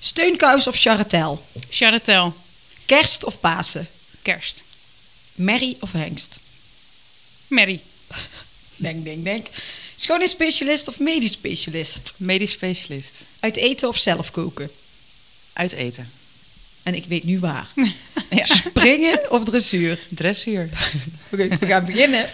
Steunkous of charretel? Charretel. Kerst of Pasen? Kerst. Merrie of hengst? Merrie. Denk. Schoonheidsspecialist of medisch specialist? Medisch specialist. Uit eten of zelf koken? Uit eten. En ik weet nu waar. Ja. Springen of dressuur? Dressuur. We gaan beginnen.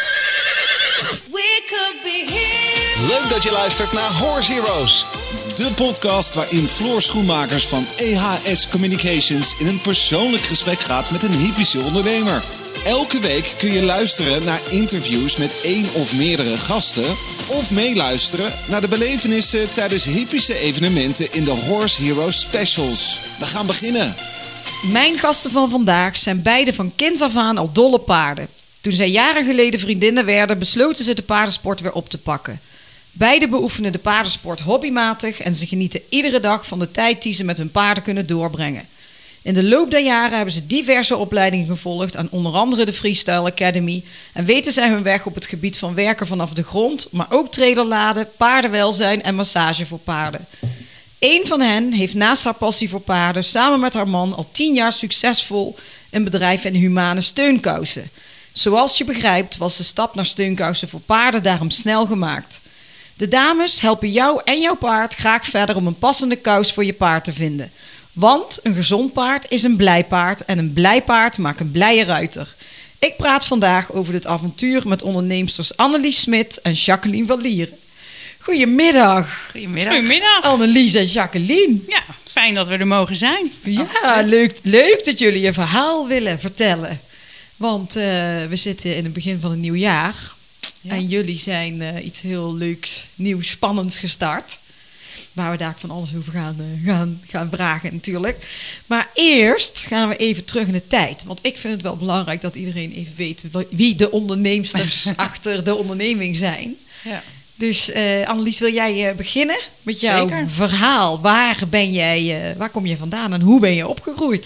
Leuk dat je luistert naar Horse Heroes. De podcast waarin Floor Schoenmakers van EHS Communications in een persoonlijk gesprek gaat met een hypische ondernemer. Elke week kun je luisteren naar interviews met één of meerdere gasten of meeluisteren naar de belevenissen tijdens hypische evenementen in de Horse Heroes Specials. We gaan beginnen. Mijn gasten van vandaag zijn beide van kinds af aan al dol op paarden. Toen zij jaren geleden vriendinnen werden, besloten ze de paardensport weer op te pakken. Beide beoefenen de paardensport hobbymatig en ze genieten iedere dag van de tijd die ze met hun paarden kunnen doorbrengen. In de loop der jaren hebben ze diverse opleidingen gevolgd aan onder andere de Freestyle Academy en weten zij hun weg op het gebied van werken vanaf de grond, maar ook trailerladen, paardenwelzijn en massage voor paarden. Eén van hen heeft naast haar passie voor paarden samen met haar man al 10 jaar succesvol een bedrijf in humane steunkousen. Zoals je begrijpt was de stap naar steunkousen voor paarden daarom snel gemaakt. De dames helpen jou en jouw paard graag verder om een passende kous voor je paard te vinden. Want een gezond paard is een blij paard en een blij paard maakt een blije ruiter. Ik praat vandaag over dit avontuur met onderneemsters Annelies Smit en Jacqueline van Lieren. Goedemiddag. Goedemiddag. Annelies en Jacqueline. Ja, fijn dat we er mogen zijn. Ja, leuk dat jullie je verhaal willen vertellen. Want we zitten in het begin van een nieuw jaar. Ja. En jullie zijn iets heel leuks, nieuws, spannends gestart. Waar we daar van alles over gaan vragen natuurlijk. Maar eerst gaan we even terug in de tijd. Want ik vind het wel belangrijk dat iedereen even weet wie de onderneemsters achter de onderneming zijn. Ja. Dus Annelies, wil jij beginnen met jouw verhaal? Waar kom je vandaan en hoe ben je opgegroeid?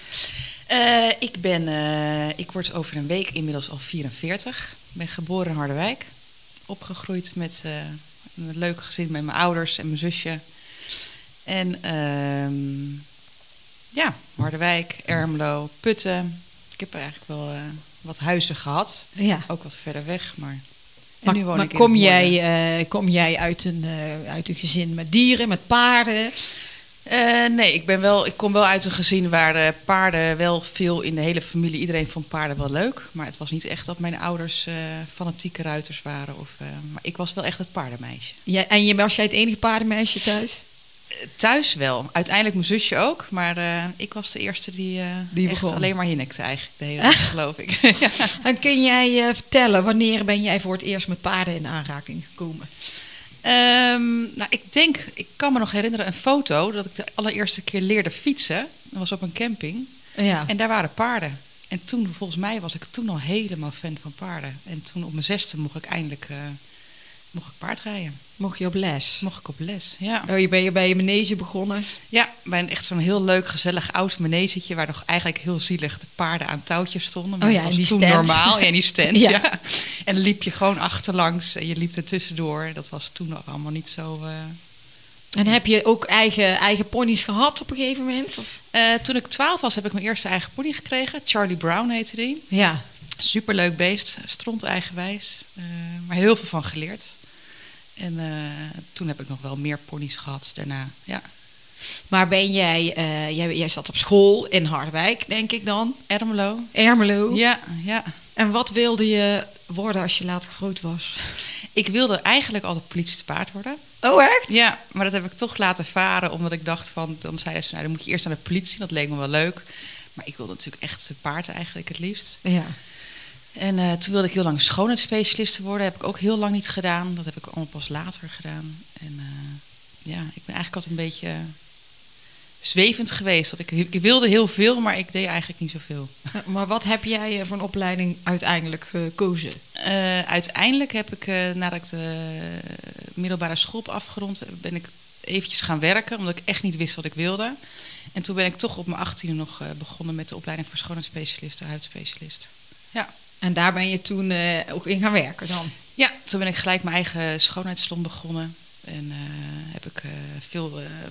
Ik word over een week inmiddels al 44. Ik ben geboren in Harderwijk. Opgegroeid met een leuk gezin met mijn ouders en mijn zusje. En Harderwijk, Ermelo, Putten. Ik heb eigenlijk wel wat huizen gehad. Ja. Ook wat verder weg, maar nu woon ik in kom jij uit een gezin met dieren, met paarden? Nee, ik kom wel uit een gezin waar de paarden wel veel in de hele familie. Iedereen vond paarden wel leuk. Maar het was niet echt dat mijn ouders fanatieke ruiters waren. Maar ik was wel echt het paardenmeisje. Ja, en was jij het enige paardenmeisje thuis? Thuis wel. Uiteindelijk mijn zusje ook. Maar ik was de eerste die echt begon. Alleen maar hinnikte eigenlijk de hele dag, geloof ik. Ja. En kun jij vertellen, wanneer ben jij voor het eerst met paarden in aanraking gekomen? Ik kan me nog herinneren een foto dat ik de allereerste keer leerde fietsen. Dat was op een camping. Ja. En daar waren paarden. En toen, volgens mij, was ik toen al helemaal fan van paarden. En toen op mijn 6e mocht ik eindelijk paard rijden. Mocht je op les? Mocht ik op les, ja. Oh, je bent bij je manege begonnen? Ja, bij echt zo'n heel leuk, gezellig oud manegetje... waar nog eigenlijk heel zielig de paarden aan touwtjes stonden. Maar dat was die toen stand. Normaal. Ja, en die stand, ja. Ja. En dan liep je gewoon achterlangs en je liep er tussendoor. Dat was toen nog allemaal niet zo... En heb je ook eigen ponies gehad op een gegeven moment? Of? Toen ik 12 was, heb ik mijn eerste eigen pony gekregen. Charlie Brown heette die. Ja. Superleuk beest, stront eigenwijs. Maar heel veel van geleerd. En toen heb ik nog wel meer ponies gehad daarna, ja. Maar ben jij zat op school in Harderwijk, denk ik dan? Ermelo? Ja. En wat wilde je worden als je later groot was? Ik wilde eigenlijk altijd politie te paard worden. Oh, echt? Ja, maar dat heb ik toch laten varen, omdat ik dacht van... Dan zeiden ze, dan moet je eerst naar de politie, dat leek me wel leuk. Maar ik wilde natuurlijk echt te paard eigenlijk het liefst. Ja. En toen wilde ik heel lang schoonheidsspecialiste worden. Dat heb ik ook heel lang niet gedaan. Dat heb ik allemaal pas later gedaan. En ik ben eigenlijk altijd een beetje zwevend geweest. Want ik wilde heel veel, maar ik deed eigenlijk niet zoveel. Maar wat heb jij voor een opleiding uiteindelijk gekozen? Uiteindelijk heb ik, nadat ik de middelbare school heb afgerond... ben ik eventjes gaan werken, omdat ik echt niet wist wat ik wilde. En toen ben ik toch op mijn 18e nog begonnen met de opleiding voor schoonheidsspecialist, huidspecialist. Ja. En daar ben je toen ook in gaan werken dan? Ja, toen ben ik gelijk mijn eigen schoonheidssalon begonnen. En heb ik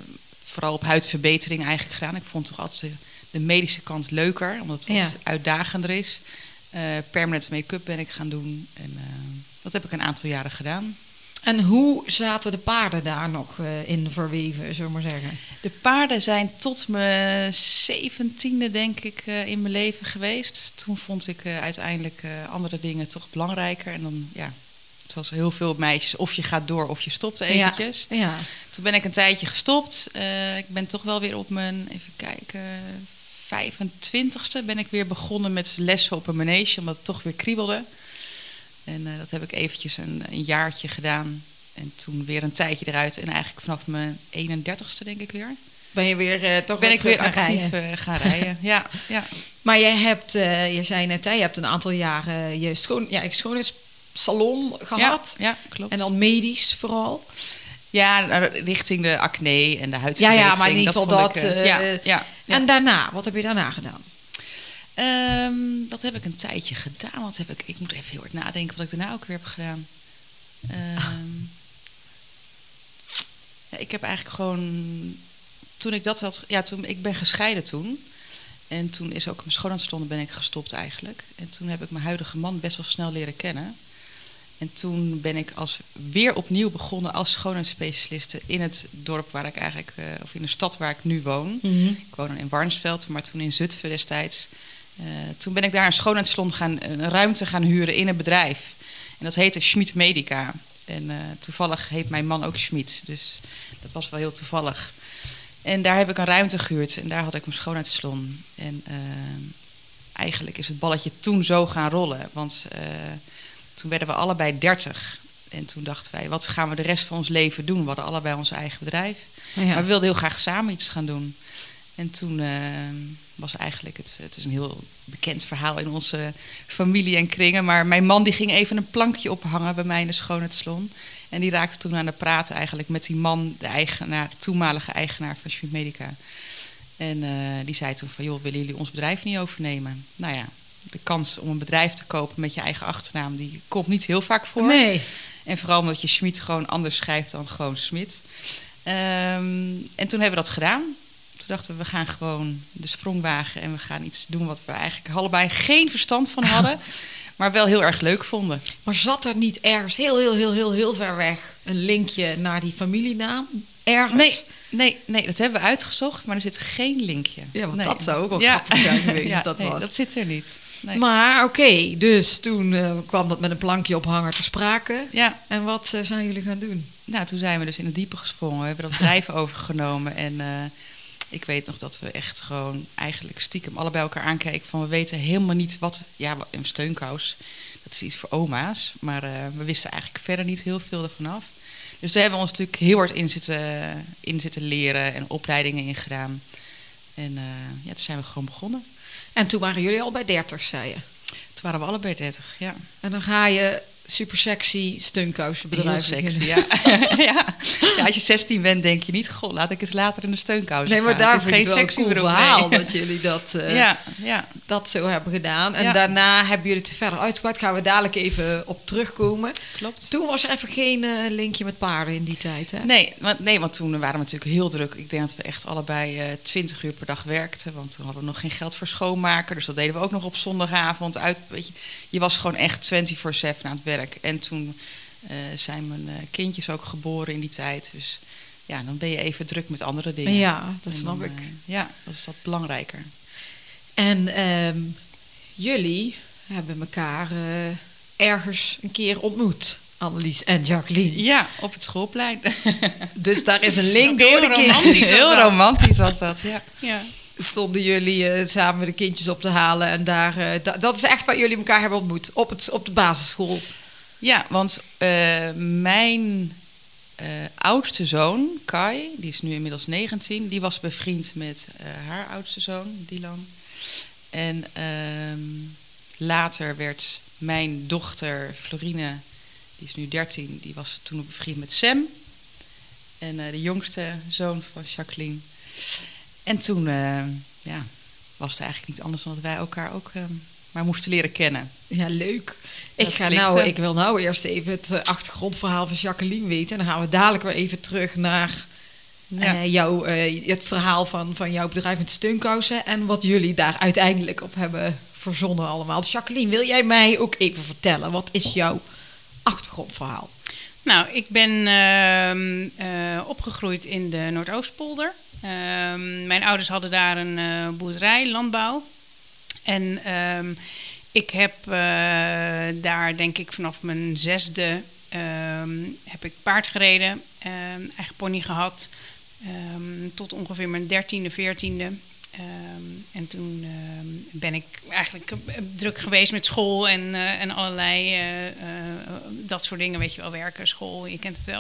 vooral op huidverbetering eigenlijk gedaan. Ik vond toch altijd de medische kant leuker, omdat het wat uitdagender is. Permanent make-up ben ik gaan doen. En dat heb ik een aantal jaren gedaan. En hoe zaten de paarden daar nog in verweven, zullen we maar zeggen? De paarden zijn tot mijn 17e, denk ik, in mijn leven geweest. Toen vond ik uiteindelijk andere dingen toch belangrijker. En dan, zoals heel veel meisjes, of je gaat door of je stopt eventjes. Ja. Toen ben ik een tijdje gestopt. Ik ben toch wel weer op mijn, 25e ben ik weer begonnen met lessen op een manege, omdat het toch weer kriebelde. En dat heb ik eventjes een jaartje gedaan. En toen weer een tijdje eruit. En eigenlijk vanaf mijn 31ste denk ik weer. Ben je weer actief gaan rijden. Ja. Maar jij hebt, je zei net, je hebt een aantal jaren je schoonheidssalon gehad. Ja, klopt. En dan medisch vooral. Ja, richting de acne en de huidverbetering. Ja, maar in ieder geval dat. En daarna, wat heb je daarna gedaan? Dat heb ik een tijdje gedaan. Ik moet even heel hard nadenken wat ik daarna ook weer heb gedaan. Ik heb eigenlijk gewoon... Toen ik dat had... ik ben gescheiden toen. En toen is ook mijn schoonheidssalon ben ik gestopt eigenlijk. En toen heb ik mijn huidige man best wel snel leren kennen. En toen ben ik weer opnieuw begonnen als schoonheidsspecialiste in het dorp waar ik eigenlijk... of in de stad waar ik nu woon. Mm-hmm. Ik woon in Warnsveld, maar toen in Zutphen destijds... toen ben ik daar een schoonheidssalon een ruimte gaan huren in een bedrijf. En dat heette Schmid Medica. En toevallig heet mijn man ook Schmid. Dus dat was wel heel toevallig. En daar heb ik een ruimte gehuurd. En daar had ik mijn schoonheidssalon. En eigenlijk is het balletje toen zo gaan rollen. Want toen werden we allebei 30. En toen dachten wij, wat gaan we de rest van ons leven doen? We hadden allebei ons eigen bedrijf. Ja. Maar we wilden heel graag samen iets gaan doen. En toen was eigenlijk, het is een heel bekend verhaal in onze familie en kringen. Maar mijn man die ging even een plankje ophangen bij mij in de schoonheidssalon. En die raakte toen aan de praten eigenlijk met die man, de toenmalige eigenaar van Schmid Medica. En die zei toen van, joh, willen jullie ons bedrijf niet overnemen? Nou ja, de kans om een bedrijf te kopen met je eigen achternaam, die komt niet heel vaak voor. Nee. En vooral omdat je Schmid gewoon anders schrijft dan gewoon Smit. En toen hebben we dat gedaan. Toen dachten we gaan gewoon de sprong wagen en we gaan iets doen wat we eigenlijk allebei geen verstand van hadden, maar wel heel erg leuk vonden. Maar zat er niet ergens heel ver weg een linkje naar die familienaam? Ergens? Nee, dat hebben we uitgezocht, maar er zit geen linkje. Ja, want dat zou ook wel grappig zijn geweest als dat was. Dat zit er niet. Nee. Maar oké, dus toen kwam dat met een plankje ophanger te sprake. Ja. En wat zijn jullie gaan doen? Nou, toen zijn we dus in het diepe gesprongen. We hebben dat bedrijf overgenomen en... ik weet nog dat we echt gewoon eigenlijk stiekem allebei elkaar aankijken van we weten helemaal niet wat... Ja, een steunkous, dat is iets voor oma's. Maar we wisten eigenlijk verder niet heel veel ervan af. Dus daar hebben we ons natuurlijk heel hard in zitten leren en opleidingen in gedaan. En toen zijn we gewoon begonnen. En toen waren jullie al bij 30, zei je? Toen waren we allebei 30, ja. En dan ga je... super sexy steunkousenbedrijf. Heel sexy, ja. Ja. Als je 16 bent, denk je niet... goh, laat ik eens later in de steunkousen Nee, maar gaan. daar is geen sexy verhaal dat jullie dat zo hebben gedaan. En daarna hebben jullie het verder uitgebreid. Gaan we dadelijk even op terugkomen. Klopt. Toen was er even geen linkje met paarden in die tijd, hè? Nee, want toen waren we natuurlijk heel druk. Ik denk dat we echt allebei 20 uur per dag werkten. Want toen hadden we nog geen geld voor schoonmaker. Dus dat deden we ook nog op zondagavond. Je was gewoon echt 24/7 aan het werk. En toen zijn mijn kindjes ook geboren in die tijd. Dus ja, dan ben je even druk met andere dingen. Ja, dat snap ik. Ja, dat is dat belangrijker. En jullie hebben elkaar ergens een keer ontmoet, Annelies en Jacqueline. Ja, op het schoolplein. Dus daar is een link heel door de kindjes. Heel romantisch was dat, ja. Stonden jullie samen de kindjes op te halen. En daar, dat is echt waar jullie elkaar hebben ontmoet. Op de basisschool. Ja, want mijn oudste zoon, Kai, die is nu inmiddels 19... die was bevriend met haar oudste zoon, Dylan. En later werd mijn dochter, Florine, die is nu 13... die was toen ook bevriend met Sam. En de jongste zoon van Jacqueline. En toen was het eigenlijk niet anders dan dat wij elkaar ook maar moesten leren kennen. Ja, leuk. Ik wil nou eerst even het achtergrondverhaal van Jacqueline weten. En dan gaan we dadelijk weer even terug naar Ja. Het verhaal van jouw bedrijf met de steunkousen en wat jullie daar uiteindelijk op hebben verzonnen allemaal. Dus Jacqueline, wil jij mij ook even vertellen? Wat is jouw achtergrondverhaal? Nou, ik ben opgegroeid in de Noordoostpolder. Mijn ouders hadden daar een boerderij, landbouw. En ik heb daar denk ik vanaf mijn 6e heb ik paard gereden. Eigen pony gehad. Tot ongeveer mijn 13e, 14e. En toen ben ik eigenlijk druk geweest met school en allerlei dat soort dingen, weet je wel, werken, school, je kent het wel.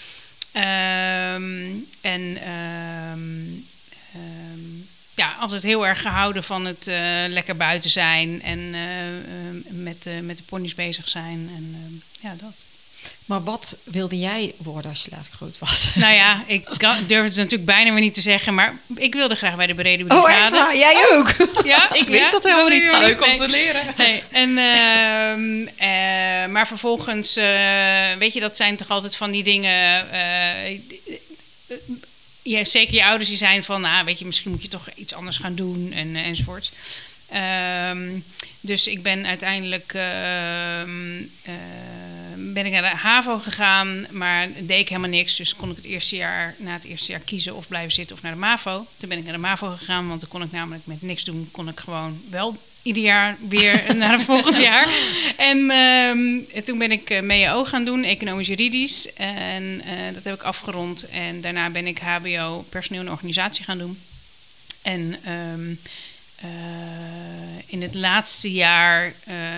Altijd heel erg gehouden van het lekker buiten zijn en met de ponies bezig zijn en dat. Maar wat wilde jij worden als je later groot was? Nou ja, ik durf het natuurlijk bijna weer niet te zeggen, maar ik wilde graag bij de Brede Brigade. Oh, echt waar? Jij ook? Ja, Ik wist dat helemaal niet. Leuk om te leren. Nee. Maar vervolgens, weet je, dat zijn toch altijd van die dingen. Zeker je ouders die zijn van, weet je, misschien moet je toch iets anders gaan doen enzovoort. Dus ik ben uiteindelijk ben ik naar de HAVO gegaan, maar deed ik helemaal niks. Dus kon ik na het eerste jaar kiezen of blijven zitten of naar de MAVO. Toen ben ik naar de MAVO gegaan, want dan kon ik namelijk met niks doen, kon ik gewoon wel ieder jaar weer naar het volgende jaar. En toen ben ik MEO gaan doen, economisch juridisch. En dat heb ik afgerond. En daarna ben ik HBO, personeel en organisatie gaan doen. En in het laatste jaar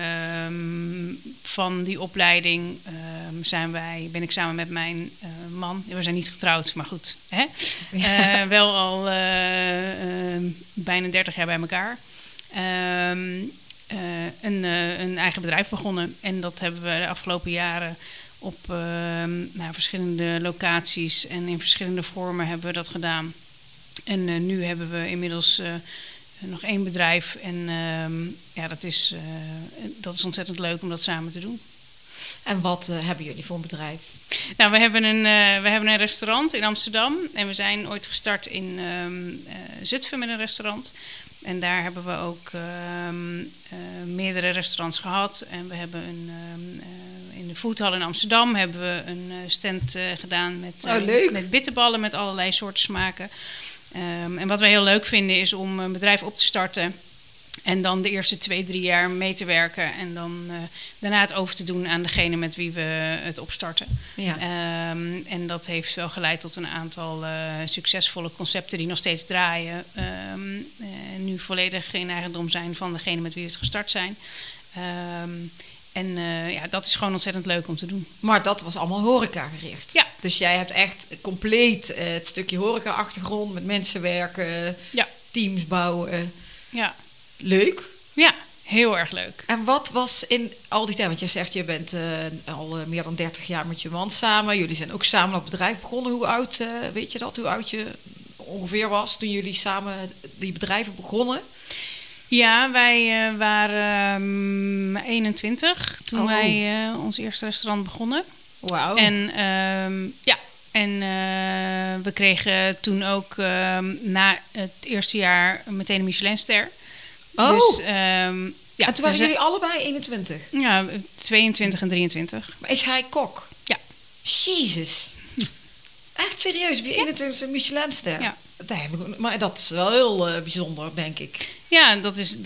van die opleiding ben ik samen met mijn man. We zijn niet getrouwd, maar goed. Hè? Wel al bijna 30 jaar bij elkaar. Een eigen bedrijf begonnen. En dat hebben we de afgelopen jaren op verschillende locaties en in verschillende vormen hebben we dat gedaan. En nu hebben we inmiddels nog 1 bedrijf. En dat is ontzettend leuk om dat samen te doen. En wat hebben jullie voor een bedrijf? Nou, we hebben een restaurant in Amsterdam. En we zijn ooit gestart in Zutphen met een restaurant. En daar hebben we ook meerdere restaurants gehad. En we hebben in de Foodhall in Amsterdam hebben we een stand gedaan met bitterballen met allerlei soorten smaken. En wat wij heel leuk vinden is om een bedrijf op te starten en dan de eerste 2-3 jaar mee te werken en dan daarna het over te doen aan degene met wie we het opstarten. Ja. En dat heeft wel geleid tot een aantal succesvolle concepten die nog steeds draaien. Nu volledig in eigendom zijn van degene met wie we het gestart zijn. Dat is gewoon ontzettend leuk om te doen. Maar dat was allemaal horeca gericht. Ja. Dus jij hebt echt compleet het stukje horeca-achtergrond met mensen werken, teams bouwen. Ja. Leuk. Ja, heel erg leuk. En wat was in al die tijd, want je zegt je bent al meer dan 30 jaar met je man samen. Jullie zijn ook samen op het bedrijf begonnen. Hoe oud, weet je dat? Hoe oud je ongeveer was toen jullie samen die bedrijven begonnen? Ja, wij waren 21 toen wij ons eerste restaurant begonnen. Wauw. En we kregen toen ook na het eerste jaar meteen een Michelinster. Oh. Dus, en toen waren jullie allebei 21? Ja, 22 en 23. Maar is hij kok? Ja. Jezus. Echt serieus, heb je 21 Michelinster? Ja. Maar dat is wel heel bijzonder, denk ik. Ja,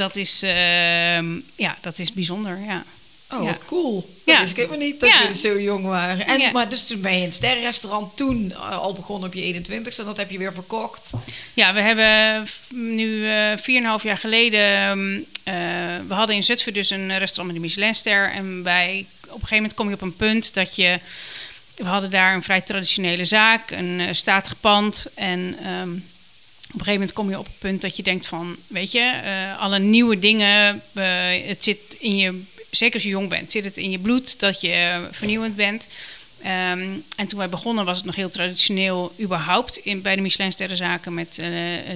dat is bijzonder, ja. Oh, wat cool. Ja. Dat wist ik helemaal niet dat jullie zo jong waren. Maar dus toen ben je in het sterrenrestaurant toen al begonnen op je 21ste en dat heb je weer verkocht. Ja, we hebben nu 4,5 jaar geleden... we hadden in Zutphen dus een restaurant met een Michelinster. En op een gegeven moment kom je op een punt dat je... We hadden daar een vrij traditionele zaak, een statig pand. En op een gegeven moment kom je op het punt dat je denkt van... Weet je, alle nieuwe dingen, het zit in je... Zeker als je jong bent, zit het in je bloed dat je vernieuwend bent. En toen wij begonnen was het nog heel traditioneel überhaupt bij de Michelinsterrenzaken met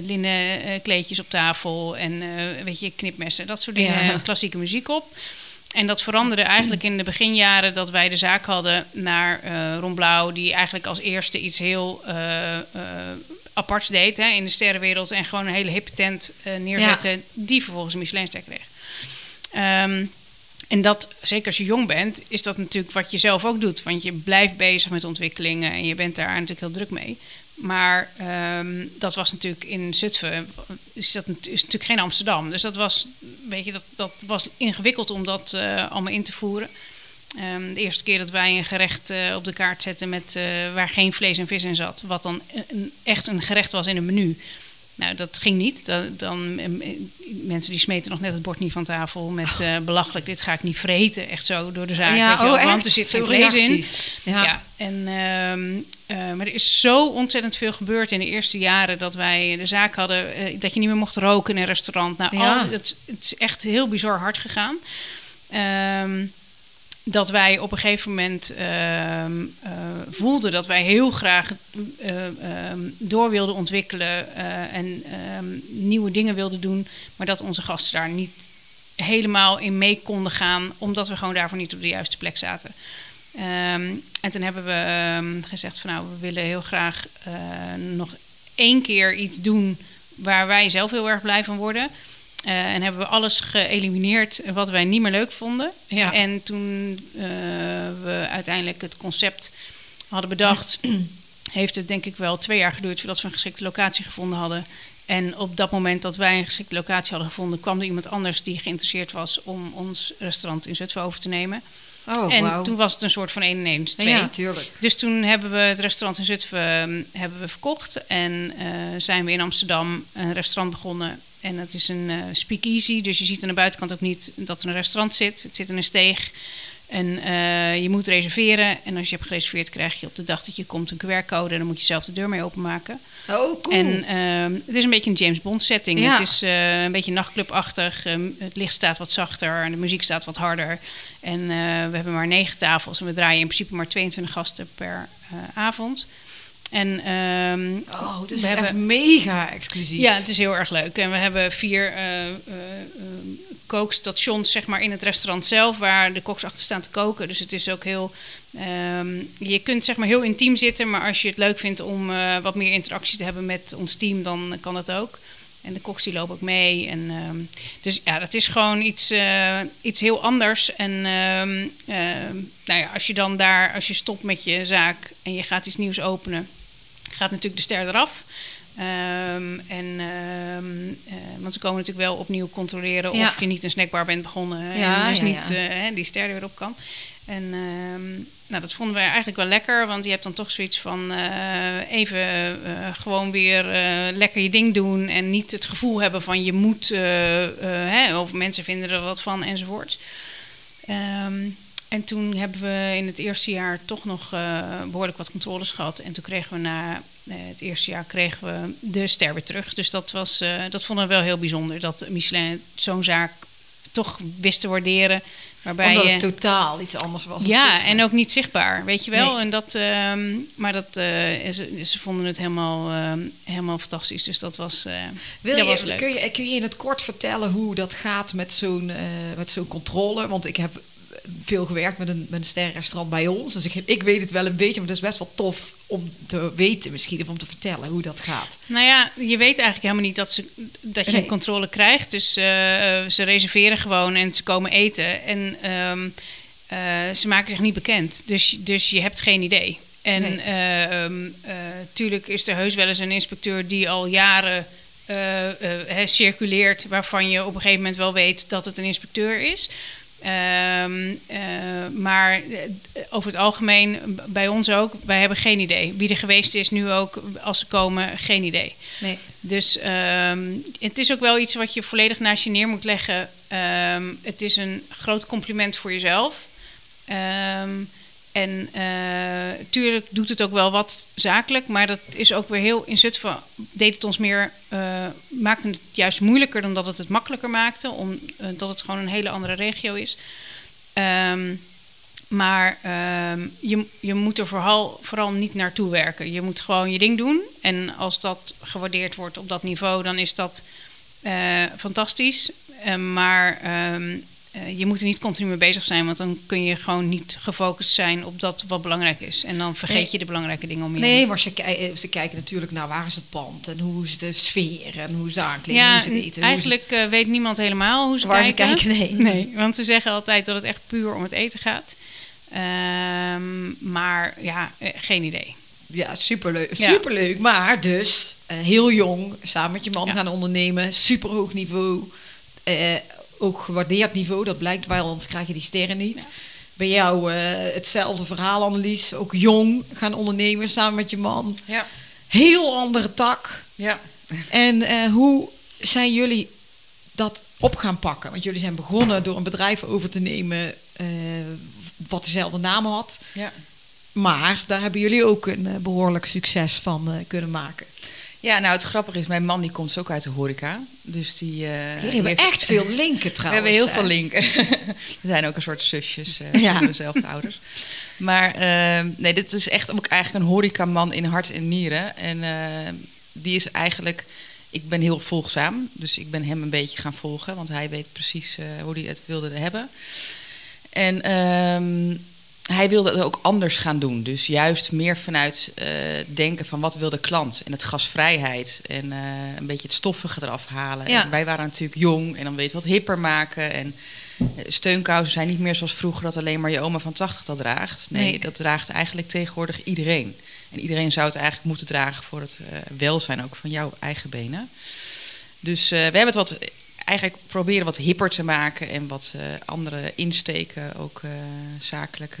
linnen kleedjes op tafel en knipmessen, dat soort dingen, klassieke muziek op. En dat veranderde eigenlijk in de beginjaren dat wij de zaak hadden naar Ron Blauw, die eigenlijk als eerste iets heel aparts deed in de sterrenwereld en gewoon een hele hippe tent neerzette, die vervolgens een Michelinster kreeg. En dat, zeker als je jong bent, is dat natuurlijk wat je zelf ook doet. Want je blijft bezig met ontwikkelingen en je bent daar natuurlijk heel druk mee. Maar dat was natuurlijk in Zutphen, is natuurlijk geen Amsterdam. Dus dat was, weet je, dat was ingewikkeld om dat allemaal in te voeren. De eerste keer dat wij een gerecht op de kaart zetten met, waar geen vlees en vis in zat, wat dan echt een gerecht was in een menu. Nou, dat ging niet. Mensen die smeten nog net het bord niet van tafel met belachelijk, dit ga ik niet vreten. Echt zo door de zaak. Ja, weet je wel, want echt? er zit geen Zo vlees reacties. in. Ja. Maar er is zo ontzettend veel gebeurd in de eerste jaren dat wij de zaak hadden, dat je niet meer mocht roken in een restaurant. Nou, het is echt heel bizar hard gegaan. Dat wij op een gegeven moment voelden dat wij heel graag door wilden ontwikkelen en nieuwe dingen wilden doen, maar dat onze gasten daar niet helemaal in mee konden gaan, omdat we gewoon daarvoor niet op de juiste plek zaten. En toen hebben we gezegd van nou, we willen heel graag nog 1 keer iets doen waar wij zelf heel erg blij van worden. En hebben we alles geëlimineerd wat wij niet meer leuk vonden. Ja. En toen we uiteindelijk het concept hadden bedacht, heeft het denk ik wel 2 jaar geduurd voordat we een geschikte locatie gevonden hadden. En op dat moment dat wij een geschikte locatie hadden gevonden, kwam er iemand anders die geïnteresseerd was om ons restaurant in Zutphen over te nemen. Oh, En toen was het een soort van 1 en 1 is 2. Ja, tuurlijk. Dus toen hebben we het restaurant in Zutphen verkocht. En zijn we in Amsterdam een restaurant begonnen. En dat is een speakeasy. Dus je ziet aan de buitenkant ook niet dat er een restaurant zit. Het zit in een steeg. En je moet reserveren. En als je hebt gereserveerd, krijg je op de dag dat je komt een QR-code. En dan moet je zelf de deur mee openmaken. Oh, cool. En het is een beetje een James Bond setting. Ja. Het is een beetje nachtclubachtig. Het licht staat wat zachter en de muziek staat wat harder. En we hebben maar 9 tafels. En we draaien in principe maar 22 gasten per avond. En dus we het is echt hebben mega exclusief. Ja, het is heel erg leuk. En we hebben 4 kookstations zeg maar, in het restaurant zelf, waar de koks achter staan te koken. Dus het is ook heel... je kunt zeg maar heel intiem zitten, maar als je het leuk vindt om wat meer interactie te hebben met ons team, dan kan dat ook. En de koks die lopen ook mee. En, dus ja, dat is gewoon iets heel anders. En nou ja, als je stopt met je zaak en je gaat iets nieuws openen, gaat natuurlijk de ster eraf. Want ze komen natuurlijk wel opnieuw controleren of je niet een snackbar bent begonnen. Ja, en dus ja. niet die ster er weer op kan. En nou, dat vonden wij eigenlijk wel lekker. Want je hebt dan toch zoiets van even gewoon weer lekker je ding doen. En niet het gevoel hebben van je moet, of mensen vinden er wat van enzovoort. En toen hebben we in het eerste jaar toch nog behoorlijk wat controles gehad. En toen kregen we na het eerste jaar de ster weer terug. Dus dat vonden we wel heel bijzonder. Dat Michelin zo'n zaak toch wist te waarderen. Waarbij Omdat het totaal iets anders was. Ja, en ook niet zichtbaar, weet je wel. Nee. En ze vonden het helemaal fantastisch. Dus dat was leuk. Kun je in het kort vertellen hoe dat gaat met zo'n controle? Want ik heb veel gewerkt met een sterrenrestaurant bij ons. Dus ik weet het wel een beetje, maar het is best wel tof om te weten misschien, of om te vertellen hoe dat gaat. Nou ja, je weet eigenlijk helemaal niet dat je een controle krijgt. Dus ze reserveren gewoon en ze komen eten. En ze maken zich niet bekend. Dus je hebt geen idee. En tuurlijk is er heus wel eens een inspecteur die al jaren circuleert, waarvan je op een gegeven moment wel weet dat het een inspecteur is. Maar over het algemeen, bij ons ook, wij hebben geen idee. Wie er geweest is, nu ook, als ze komen, geen idee. Nee. Dus het is ook wel iets wat je volledig naast je neer moet leggen. Het is een groot compliment voor jezelf. En tuurlijk doet het ook wel wat zakelijk, maar dat is ook weer heel... In Zutphen deed het ons meer... maakte het juist moeilijker dan dat het makkelijker maakte, omdat het gewoon een hele andere regio is. Maar je moet er vooral niet naartoe werken. Je moet gewoon je ding doen. En als dat gewaardeerd wordt op dat niveau, dan is dat fantastisch. Maar je moet er niet continu mee bezig zijn, want dan kun je gewoon niet gefocust zijn op dat wat belangrijk is. En dan vergeet je de belangrijke dingen om je heen. Nee, maar ze kijken natuurlijk naar waar is het pand en hoe is de sfeer en hoe is de aankleding, hoe is het eten. Eigenlijk weet niemand helemaal hoe ze waar kijken. ze kijken, nee. Want ze zeggen altijd dat het echt puur om het eten gaat. Maar ja, geen idee. Ja, superleuk. Ja. Superleuk. Maar dus heel jong, samen met je man gaan ondernemen. Superhoog niveau. Ook gewaardeerd niveau. Dat blijkt wel, anders krijg je die sterren niet. Ja. Bij jou hetzelfde verhaal, Annelies. Ook jong gaan ondernemen samen met je man. Ja. Heel andere tak. Ja. En hoe zijn jullie dat op gaan pakken? Want jullie zijn begonnen door een bedrijf over te nemen wat dezelfde naam had. Ja. Maar daar hebben jullie ook een behoorlijk succes van kunnen maken. Ja, nou het grappige is, mijn man die komt ook uit de horeca. Dus die Jullie hebben echt veel linken we trouwens. hebben heel hè? veel linken. We zijn ook een soort zusjes, Ja. dezelfde ouders. Maar nee, dit is echt ook eigenlijk een horecaman in hart en nieren. En die is eigenlijk... Ik ben heel volgzaam, dus ik ben hem een beetje gaan volgen. Want hij weet precies hoe hij het wilde hebben. En hij wilde het ook anders gaan doen. Dus juist meer vanuit denken van wat wil de klant. En het gasvrijheid. En een beetje het stoffige eraf halen. Ja. En wij waren natuurlijk jong en dan weet je wat hipper maken. En steunkousen zijn niet meer zoals vroeger dat alleen maar je oma van 80 dat draagt. Nee, dat draagt eigenlijk tegenwoordig iedereen. En iedereen zou het eigenlijk moeten dragen voor het welzijn ook van jouw eigen benen. Dus we hebben het wat... Eigenlijk proberen wat hipper te maken en wat andere insteken, ook zakelijk.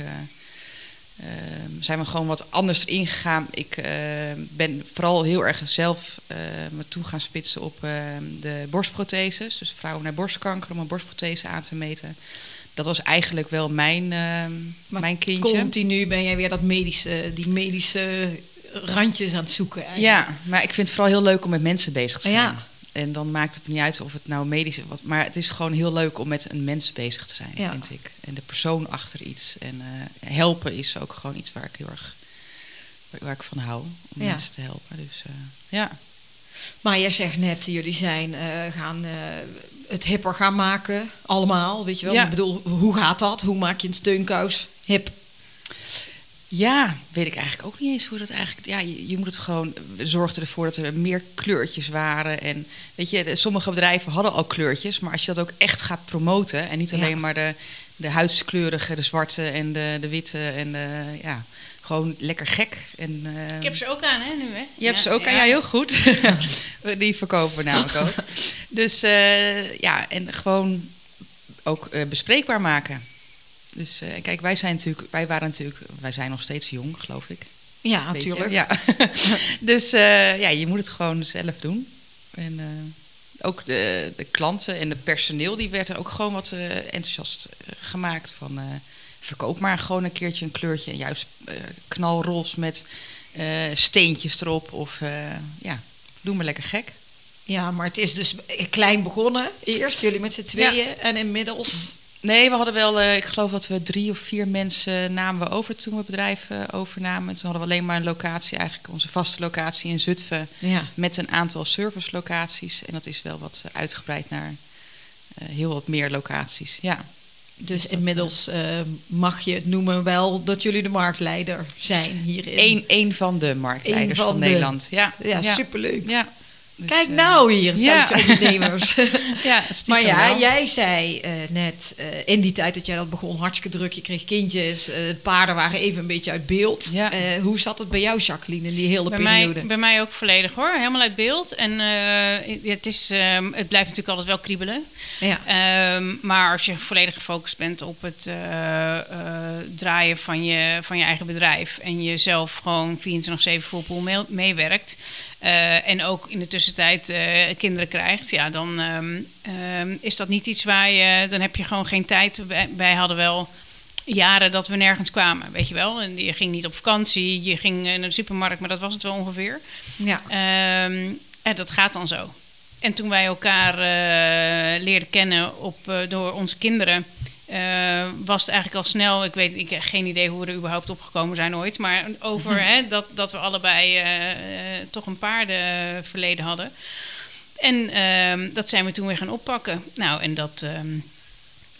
Zijn we gewoon wat anders erin gegaan. Ik ben vooral heel erg zelf me toe gaan spitsen op de borstprotheses. Dus vrouwen naar borstkanker om een borstprothese aan te meten. Dat was eigenlijk wel mijn kindje. Continu ben jij weer die medische randjes aan het zoeken. Eigenlijk. Ja, maar ik vind het vooral heel leuk om met mensen bezig te zijn. Ja. En dan maakt het niet uit of het nou medisch is. Maar het is gewoon heel leuk om met een mens bezig te zijn, vind ik. En de persoon achter iets. En helpen is ook gewoon iets waar ik heel erg waar ik van hou. Om mensen te helpen. Dus ja. Maar jij zegt net, jullie zijn gaan het hipper gaan maken. Allemaal, weet je wel. Ja. Ik bedoel, hoe gaat dat? Hoe maak je een steunkous hip? Ja, weet ik eigenlijk ook niet eens hoe dat eigenlijk... Ja, je moet het gewoon... We zorgden ervoor dat er meer kleurtjes waren. En weet je, sommige bedrijven hadden al kleurtjes. Maar als je dat ook echt gaat promoten... en niet alleen maar de huidskleurige, de zwarte en de witte... en gewoon lekker gek. En, Ik heb ze ook aan, hè, nu, hè? Je hebt ze ook aan, ja, heel goed. Die verkopen we namelijk ook. Dus en gewoon ook bespreekbaar maken. Dus kijk, wij zijn nog steeds jong, geloof ik. Ja, natuurlijk. Ja. Dus je moet het gewoon zelf doen. En ook de klanten en het personeel, die werd er ook gewoon wat enthousiast gemaakt van... verkoop maar gewoon een keertje een kleurtje en juist knalroze met steentjes erop. Of doe maar lekker gek. Ja, maar het is dus klein begonnen. Eerst jullie met z'n tweeën en inmiddels... Nee, we hadden wel, ik geloof dat we 3 of 4 mensen namen we over toen we het bedrijf overnamen. Toen hadden we alleen maar een locatie, eigenlijk onze vaste locatie in Zutphen. Ja. Met een aantal service locaties. En dat is wel wat uitgebreid naar heel wat meer locaties, ja. Dus inmiddels mag je het noemen wel dat jullie de marktleider zijn hierin. Eén van de marktleiders van Nederland. Ja, superleuk. Ja. Dus, Kijk nou hier, steltje ondernemers. Ja, maar wel. jij zei net in die tijd dat jij dat begon, hartstikke druk. Je kreeg kindjes, de paarden waren even een beetje uit beeld. Ja. Hoe zat het bij jou, Jacqueline, in die hele periode? Bij mij ook volledig hoor, helemaal uit beeld. En het blijft natuurlijk altijd wel kriebelen. Ja. Maar als je volledig gefocust bent op het draaien van je eigen bedrijf... en je zelf gewoon 24/7 full pool meewerkt... en ook in de tussentijd kinderen krijgt... ja, dan is dat niet iets waar je... dan heb je gewoon geen tijd. Wij hadden wel jaren dat we nergens kwamen, weet je wel. En je ging niet op vakantie, je ging naar de supermarkt... maar dat was het wel ongeveer. Ja. En dat gaat dan zo. En toen wij elkaar leerden kennen door onze kinderen... was het eigenlijk al snel... Ik heb geen idee hoe we er überhaupt opgekomen zijn ooit... maar over dat we allebei toch een paardenverleden hadden. En dat zijn we toen weer gaan oppakken. Nou, en dat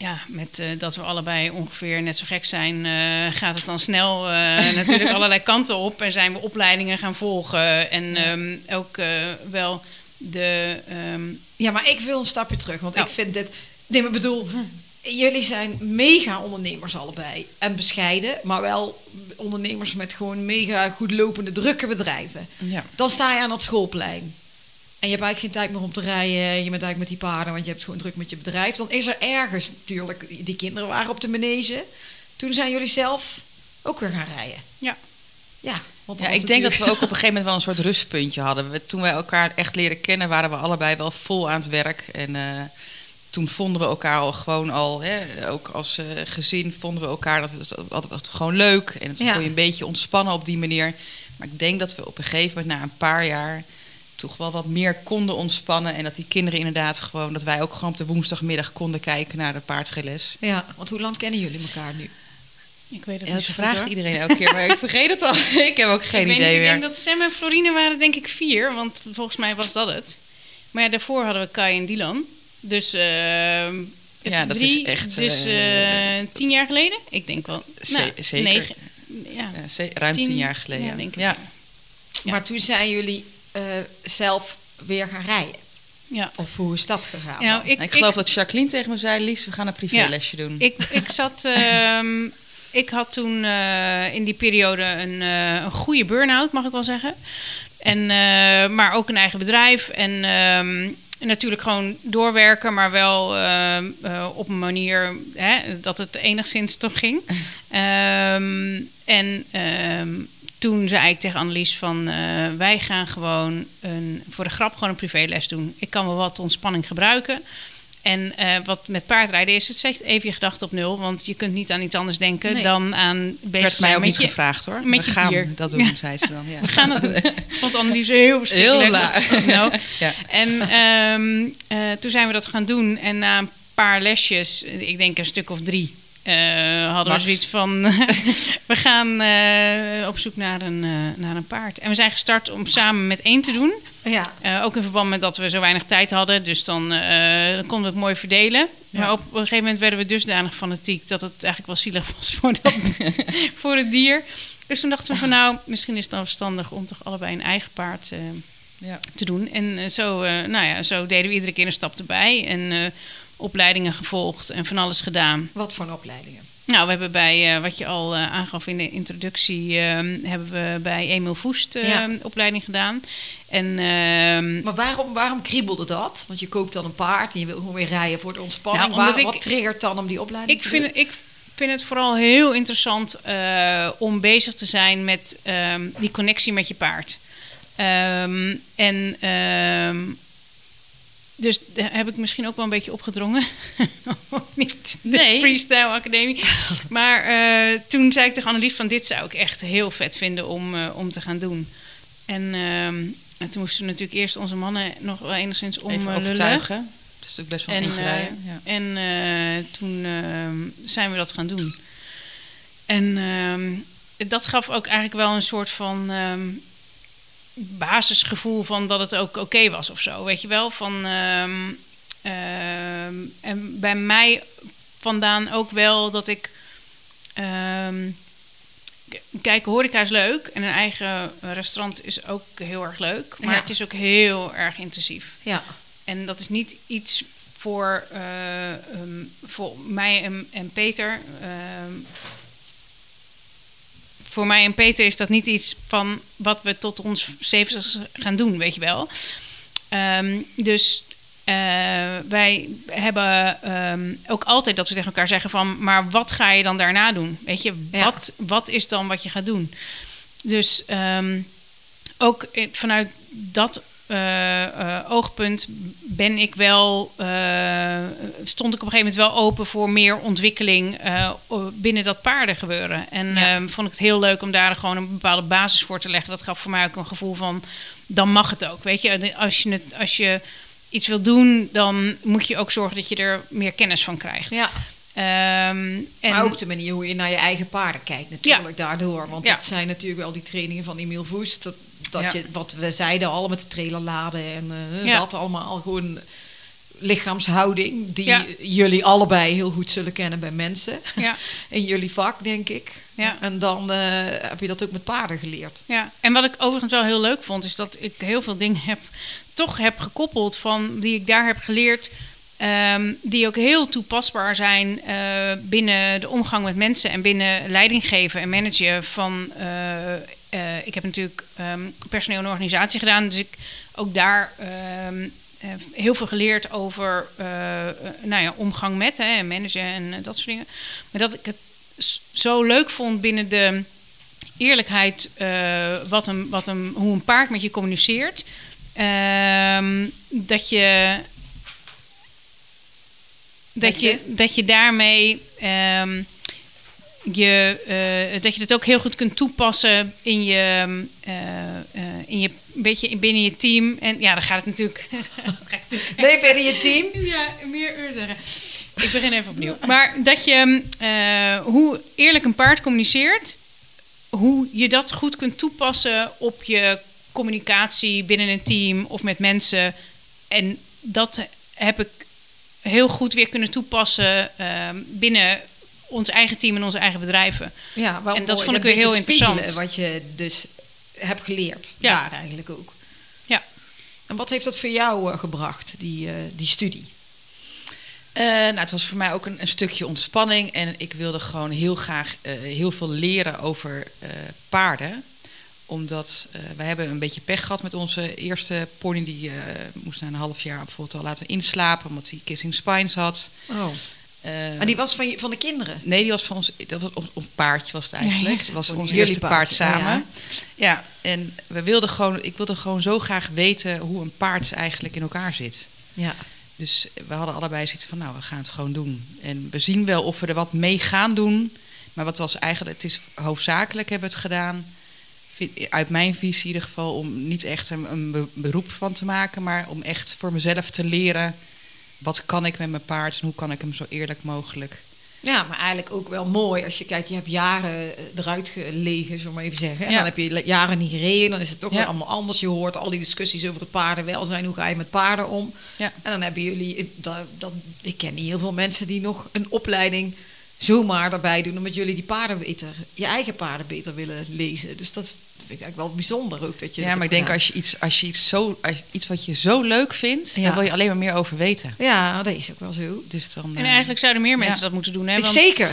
Ja, met dat we allebei ongeveer net zo gek zijn, gaat het dan snel natuurlijk allerlei kanten op. En zijn we opleidingen gaan volgen. En ook wel de... Ja, maar ik wil een stapje terug. Want ik vind dit... Nee, maar bedoel... Jullie zijn mega ondernemers allebei. En bescheiden, maar wel ondernemers met gewoon mega goed lopende, drukke bedrijven. Ja. Dan sta je aan dat schoolplein. En je hebt eigenlijk geen tijd meer om te rijden. Je bent eigenlijk met die paarden, want je hebt gewoon druk met je bedrijf. Dan is er ergens natuurlijk... Die kinderen waren op de manege. Toen zijn jullie zelf ook weer gaan rijden. Ja. Ja, want Ja, ik denk dat we ook op een gegeven moment wel een soort rustpuntje hadden. Toen wij elkaar echt leren kennen, waren we allebei wel vol aan het werk. En toen vonden we elkaar ook als gezin vonden we elkaar, dat altijd gewoon leuk. En het kon je een beetje ontspannen op die manier. Maar ik denk dat we op een gegeven moment, na een paar jaar, toch wel wat meer konden ontspannen. En dat die kinderen inderdaad gewoon, dat wij ook gewoon op de woensdagmiddag konden kijken naar de paardrijles. Ja, want hoe lang kennen jullie elkaar nu? Ik weet het Ja, niet dat zo goed, vraagt hoor. iedereen elke keer, maar ik vergeet het al. Ik heb ook geen idee Ik meer. denk dat Sam en Florine waren denk ik 4, want volgens mij was dat het. Maar ja, daarvoor hadden we Kai en Dylan. Dus Ja, dat 3, is echt... dus 10 jaar geleden? Ik denk wel. Zeker. 9, Ruim 10 10 jaar geleden. ja, denk ik. Ja. Ja. Maar toen zijn jullie zelf weer gaan rijden. Ja. Of hoe is dat gegaan? Nou, dan? Ik geloof dat Jacqueline tegen me zei, Lies, we gaan een privélesje doen. Ik had toen in die periode een goede burn-out, mag ik wel zeggen. En, maar ook een eigen bedrijf. En natuurlijk gewoon doorwerken, maar wel op een manier dat het enigszins toch ging. Toen zei ik tegen Annelies van... wij gaan gewoon voor de grap gewoon een privéles doen. Ik kan wel wat ontspanning gebruiken. En wat met paardrijden is, het zegt even je gedachten op nul. Want je kunt niet aan iets anders denken dan aan bezig werd zijn mij ook met niet je, gevraagd hoor. met We je gaan dier. dat doen, zei ze dan. Ja. We gaan dat doen. Vond Annelies heel verschrikkelijk. Heel laag. Nou, Ja. En toen zijn we dat gaan doen. En na een paar lesjes, ik denk een stuk of 3... hadden we zoiets van... we gaan op zoek naar een paard. En we zijn gestart om samen met 1 te doen. Ja. Ook in verband met dat we zo weinig tijd hadden. Dus dan konden we het mooi verdelen. Ja. Maar op een gegeven moment werden we dusdanig fanatiek... dat het eigenlijk wel zielig was voor het dier. Dus toen dachten we van nou... misschien is het dan verstandig om toch allebei een eigen paard te doen. En zo deden we iedere keer een stap erbij. En opleidingen gevolgd en van alles gedaan. Wat voor opleidingen? Nou, we hebben bij, wat je al aangaf in de introductie... hebben we bij Emil Voest opleiding gedaan. En, maar waarom kriebelde dat? Want je koopt dan een paard en je wil gewoon weer rijden voor de ontspanning. Nou, omdat Wat triggert dan om die opleiding te doen? Ik vind het vooral heel interessant om bezig te zijn met die connectie met je paard. Dus daar heb ik misschien ook wel een beetje opgedrongen. Niet de Freestyle Academie. Maar toen zei ik tegen Annelies van... dit zou ik echt heel vet vinden om te gaan doen. En toen moesten we natuurlijk eerst onze mannen nog wel enigszins Even overtuigen. Dat is natuurlijk best wel ingrijpen. Ja. En toen zijn we dat gaan doen. En dat gaf ook eigenlijk wel een soort van... basisgevoel van dat het ook oké was of zo, weet je wel. En bij mij vandaan ook wel dat ik... kijk, horeca is leuk en een eigen restaurant is ook heel erg leuk. Maar het is ook heel erg intensief. Ja. En dat is niet iets voor mij en Peter... Voor mij en Peter is dat niet iets van wat we tot ons 70 gaan doen, weet je wel. Dus wij hebben ook altijd dat we tegen elkaar zeggen van... maar wat ga je dan daarna doen? Weet je, wat is dan wat je gaat doen? Dus ook vanuit dat oogpunt ben ik wel... stond ik op een gegeven moment wel open voor meer ontwikkeling binnen dat paardengebeuren. En vond ik het heel leuk om daar gewoon een bepaalde basis voor te leggen. Dat gaf voor mij ook een gevoel van, dan mag het ook. Weet je, als je iets wil doen, dan moet je ook zorgen dat je er meer kennis van krijgt. Ja. Maar ook de manier hoe je naar je eigen paarden kijkt natuurlijk daardoor. Want dat zijn natuurlijk wel die trainingen van Emil Voest. Dat je, wat we zeiden, al met de trailer laden en dat allemaal gewoon lichaamshouding die Ja. jullie allebei heel goed zullen kennen bij mensen. Ja. In jullie vak, denk ik. Ja. En dan heb je dat ook met paarden geleerd. Ja, en wat ik overigens wel heel leuk vond, is dat ik heel veel dingen heb gekoppeld van die ik daar heb geleerd, die ook heel toepasbaar zijn binnen de omgang met mensen en binnen leiding geven en managen van. Ik heb natuurlijk personeel en organisatie gedaan, dus ik ook daar heel veel geleerd over omgang met en managen en dat soort dingen. Maar dat ik het zo leuk vond binnen de eerlijkheid hoe een paard met je communiceert. Dat je daarmee dat je het ook heel goed kunt toepassen in je binnen je team. En ja, dan gaat het natuurlijk. Nee, binnen je team. Ja, meer zeggen. Ik begin even opnieuw. Maar dat je hoe eerlijk een paard communiceert, hoe je dat goed kunt toepassen op je communicatie binnen een team of met mensen. En dat heb ik heel goed weer kunnen toepassen binnen ons eigen team en onze eigen bedrijven. Ja, wel en dat mooi. vond ik weer heel het interessant. spiegelen wat je dus hebt geleerd. Ja. Daar eigenlijk ook. Ja. En wat heeft dat voor jou gebracht, die studie? Het was voor mij ook een stukje ontspanning. En ik wilde gewoon heel graag heel veel leren over paarden. Omdat wij hebben een beetje pech gehad met onze eerste pony. Die moest na een half jaar bijvoorbeeld al laten inslapen, omdat hij kissing spines had. Oh. En die was van de kinderen? Nee, die was van ons. Dat was ons paardje was het eigenlijk. Ja, Het was Jullie ons eerste paard paardje. samen. Ja, en ik wilde gewoon zo graag weten hoe een paard eigenlijk in elkaar zit. Ja. Dus we hadden allebei zoiets van, we gaan het gewoon doen. En we zien wel of we er wat mee gaan doen. Maar wat was eigenlijk, het is hoofdzakelijk hebben we het gedaan, uit mijn visie in ieder geval, om niet echt een beroep van te maken, maar om echt voor mezelf te leren, wat kan ik met mijn paard en hoe kan ik hem zo eerlijk mogelijk. Ja, maar eigenlijk ook wel mooi. Als je kijkt, je hebt jaren eruit gelegen, zullen we maar even zeggen. En Ja. dan heb je jaren niet gereden. Dan is het toch Ja. weer allemaal anders. Je hoort al die discussies over het paardenwelzijn. Hoe ga je met paarden om? Ja. En dan hebben jullie... ik ken niet heel veel mensen die nog een opleiding zomaar daarbij doen. Omdat jullie je eigen paarden beter willen lezen. Dus dat vind ik eigenlijk wel bijzonder ook. Dat je Ja, maar ik denk als je iets wat je zo leuk vindt, Ja. dan wil je alleen maar meer over weten. Ja, dat is ook wel zo. Dus dan, En eigenlijk zouden meer mensen ja. dat moeten doen. Hè? Want Zeker.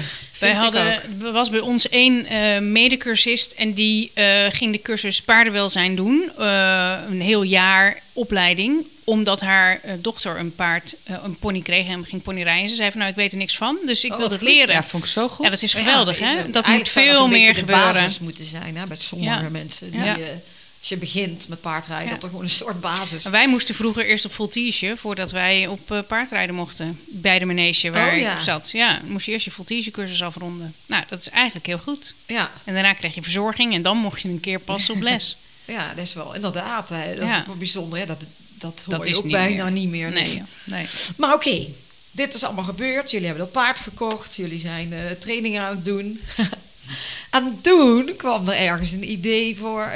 er was bij ons één medecursist en die ging de cursus paardenwelzijn doen. Een heel jaar opleiding. Omdat haar dochter een pony kreeg en ging ponyrijden. Ze zei van, ik weet er niks van, dus ik wil wat het goed. leren. Ja, vond ik zo goed. Ja, dat is geweldig, Ja, hè? is het. Dat Eigenlijk moet zou veel een meer beetje gebeuren. de basis moeten zijn, hè, bij sommige Ja. mensen. Ja. Die, als je begint met paardrijden, Ja. dat er gewoon een soort basis. Wij moesten vroeger eerst op voltige voordat wij op paardrijden mochten. Bij de manege waar ja. ik op zat. Ja, dan moest je eerst je voltigecursus afronden. Nou, dat is eigenlijk heel goed. Ja. En daarna kreeg je verzorging en dan mocht je een keer passen op les. Ja, dat is wel inderdaad. Hè, dat is Ja. ook wel bijzonder. Ja, dat hoor Dat je is ook niet bijna meer. niet meer. Nee, Nee. joh. Nee. Maar oké, dit is allemaal gebeurd. Jullie hebben dat paard gekocht. Jullie zijn trainingen aan het doen. En toen kwam er ergens een idee voor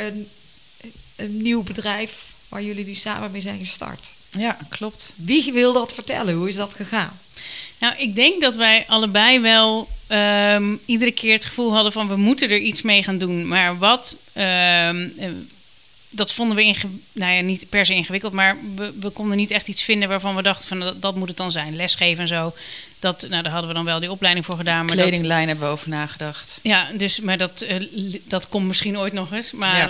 een nieuw bedrijf waar jullie nu samen mee zijn gestart. Ja, klopt. Wie wil dat vertellen? Hoe is dat gegaan? Nou, ik denk dat wij allebei wel iedere keer het gevoel hadden van we moeten er iets mee gaan doen. Maar wat, dat vonden we niet per se ingewikkeld, maar we konden niet echt iets vinden waarvan we dachten van dat moet het dan zijn. Lesgeven en zo. Daar hadden we dan wel die opleiding voor gedaan. Maar Kledinglijn hebben we over nagedacht. ja, dus, maar dat komt misschien ooit nog eens. Maar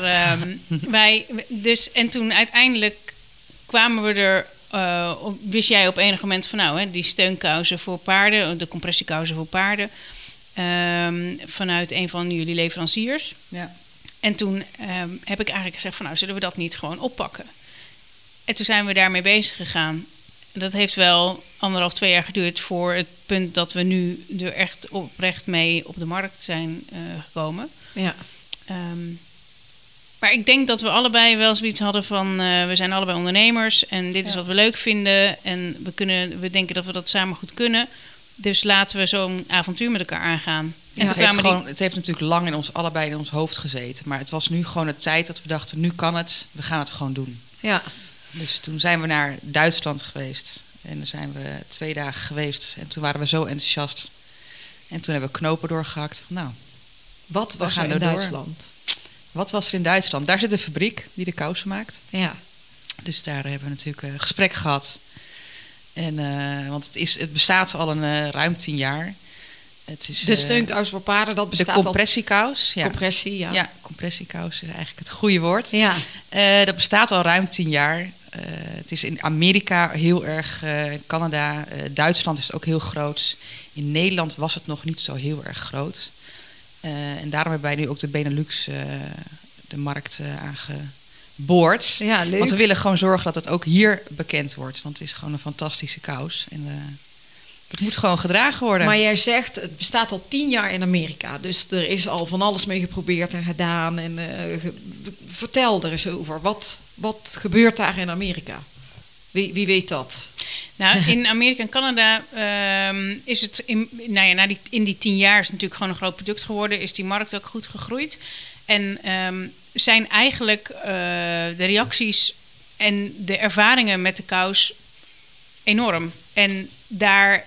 en toen uiteindelijk kwamen we er. Wist jij op enig moment van die steunkousen voor paarden, de compressiekousen voor paarden, vanuit een van jullie leveranciers. Ja. En toen heb ik eigenlijk gezegd van zullen we dat niet gewoon oppakken? En toen zijn we daarmee bezig gegaan. Dat heeft wel 1,5-2 jaar geduurd voor het punt dat we nu er echt oprecht mee op de markt zijn gekomen. Ja. Maar ik denk dat we allebei wel zoiets hadden van we zijn allebei ondernemers en dit is wat we leuk vinden en we denken dat we dat samen goed kunnen. Dus laten we zo'n avontuur met elkaar aangaan. En Het heeft natuurlijk lang allebei in ons hoofd gezeten. Maar het was nu gewoon de tijd dat we dachten, nu kan het. We gaan het gewoon doen. Ja. Dus toen zijn we naar Duitsland geweest. En dan zijn we 2 dagen geweest. En toen waren we zo enthousiast. En toen hebben we knopen doorgehakt. Van, nou, Wat was gaan er in door. Duitsland? wat was er in Duitsland? Daar zit een fabriek die de kousen maakt. Ja. Dus daar hebben we natuurlijk een gesprek gehad. En, want het bestaat al ruim 10 jaar. Het is, De steunkous voor paarden, dat bestaat de compressiekous. al... Ja. Compressie, ja. Ja, compressiekous is eigenlijk het goede woord. Ja. Dat bestaat al ruim 10 jaar. Het is in Amerika heel erg, Canada, Duitsland is het ook heel groot. In Nederland was het nog niet zo heel erg groot. En daarom hebben wij nu ook de Benelux, de markt aangeboord. Ja, leuk. Want we willen gewoon zorgen dat het ook hier bekend wordt. Want het is gewoon een fantastische kous. En het moet gewoon gedragen worden. Maar jij zegt, het bestaat al 10 jaar in Amerika. Dus er is al van alles mee geprobeerd en gedaan. En vertel er eens over. Wat gebeurt daar in Amerika? Wie weet dat? Nou, in Amerika en Canada is het... in die 10 jaar is het natuurlijk gewoon een groot product geworden. Is die markt ook goed gegroeid. En zijn eigenlijk de reacties en de ervaringen met de kous enorm. En daar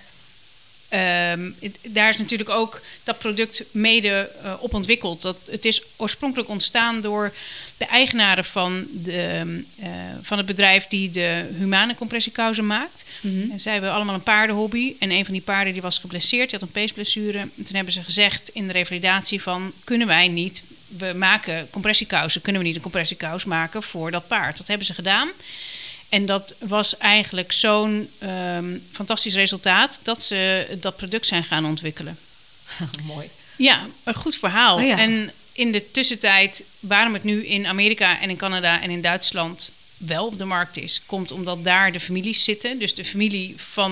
is natuurlijk ook dat product mede op ontwikkeld. Het is oorspronkelijk ontstaan door de eigenaren van het bedrijf die de humane compressiekousen maakt. Mm-hmm. En zij hebben allemaal een paardenhobby. En een van die paarden die was geblesseerd, die had een peesblessure. En toen hebben ze gezegd in de revalidatie van... we maken compressiekousen. Kunnen we niet een compressiekous maken voor dat paard? Dat hebben ze gedaan. En dat was eigenlijk zo'n fantastisch resultaat... dat ze dat product zijn gaan ontwikkelen. Mooi. Ja, een goed verhaal. Oh ja. En in de tussentijd, waarom het nu in Amerika en in Canada en in Duitsland wel op de markt is... komt omdat daar de families zitten. Dus de familie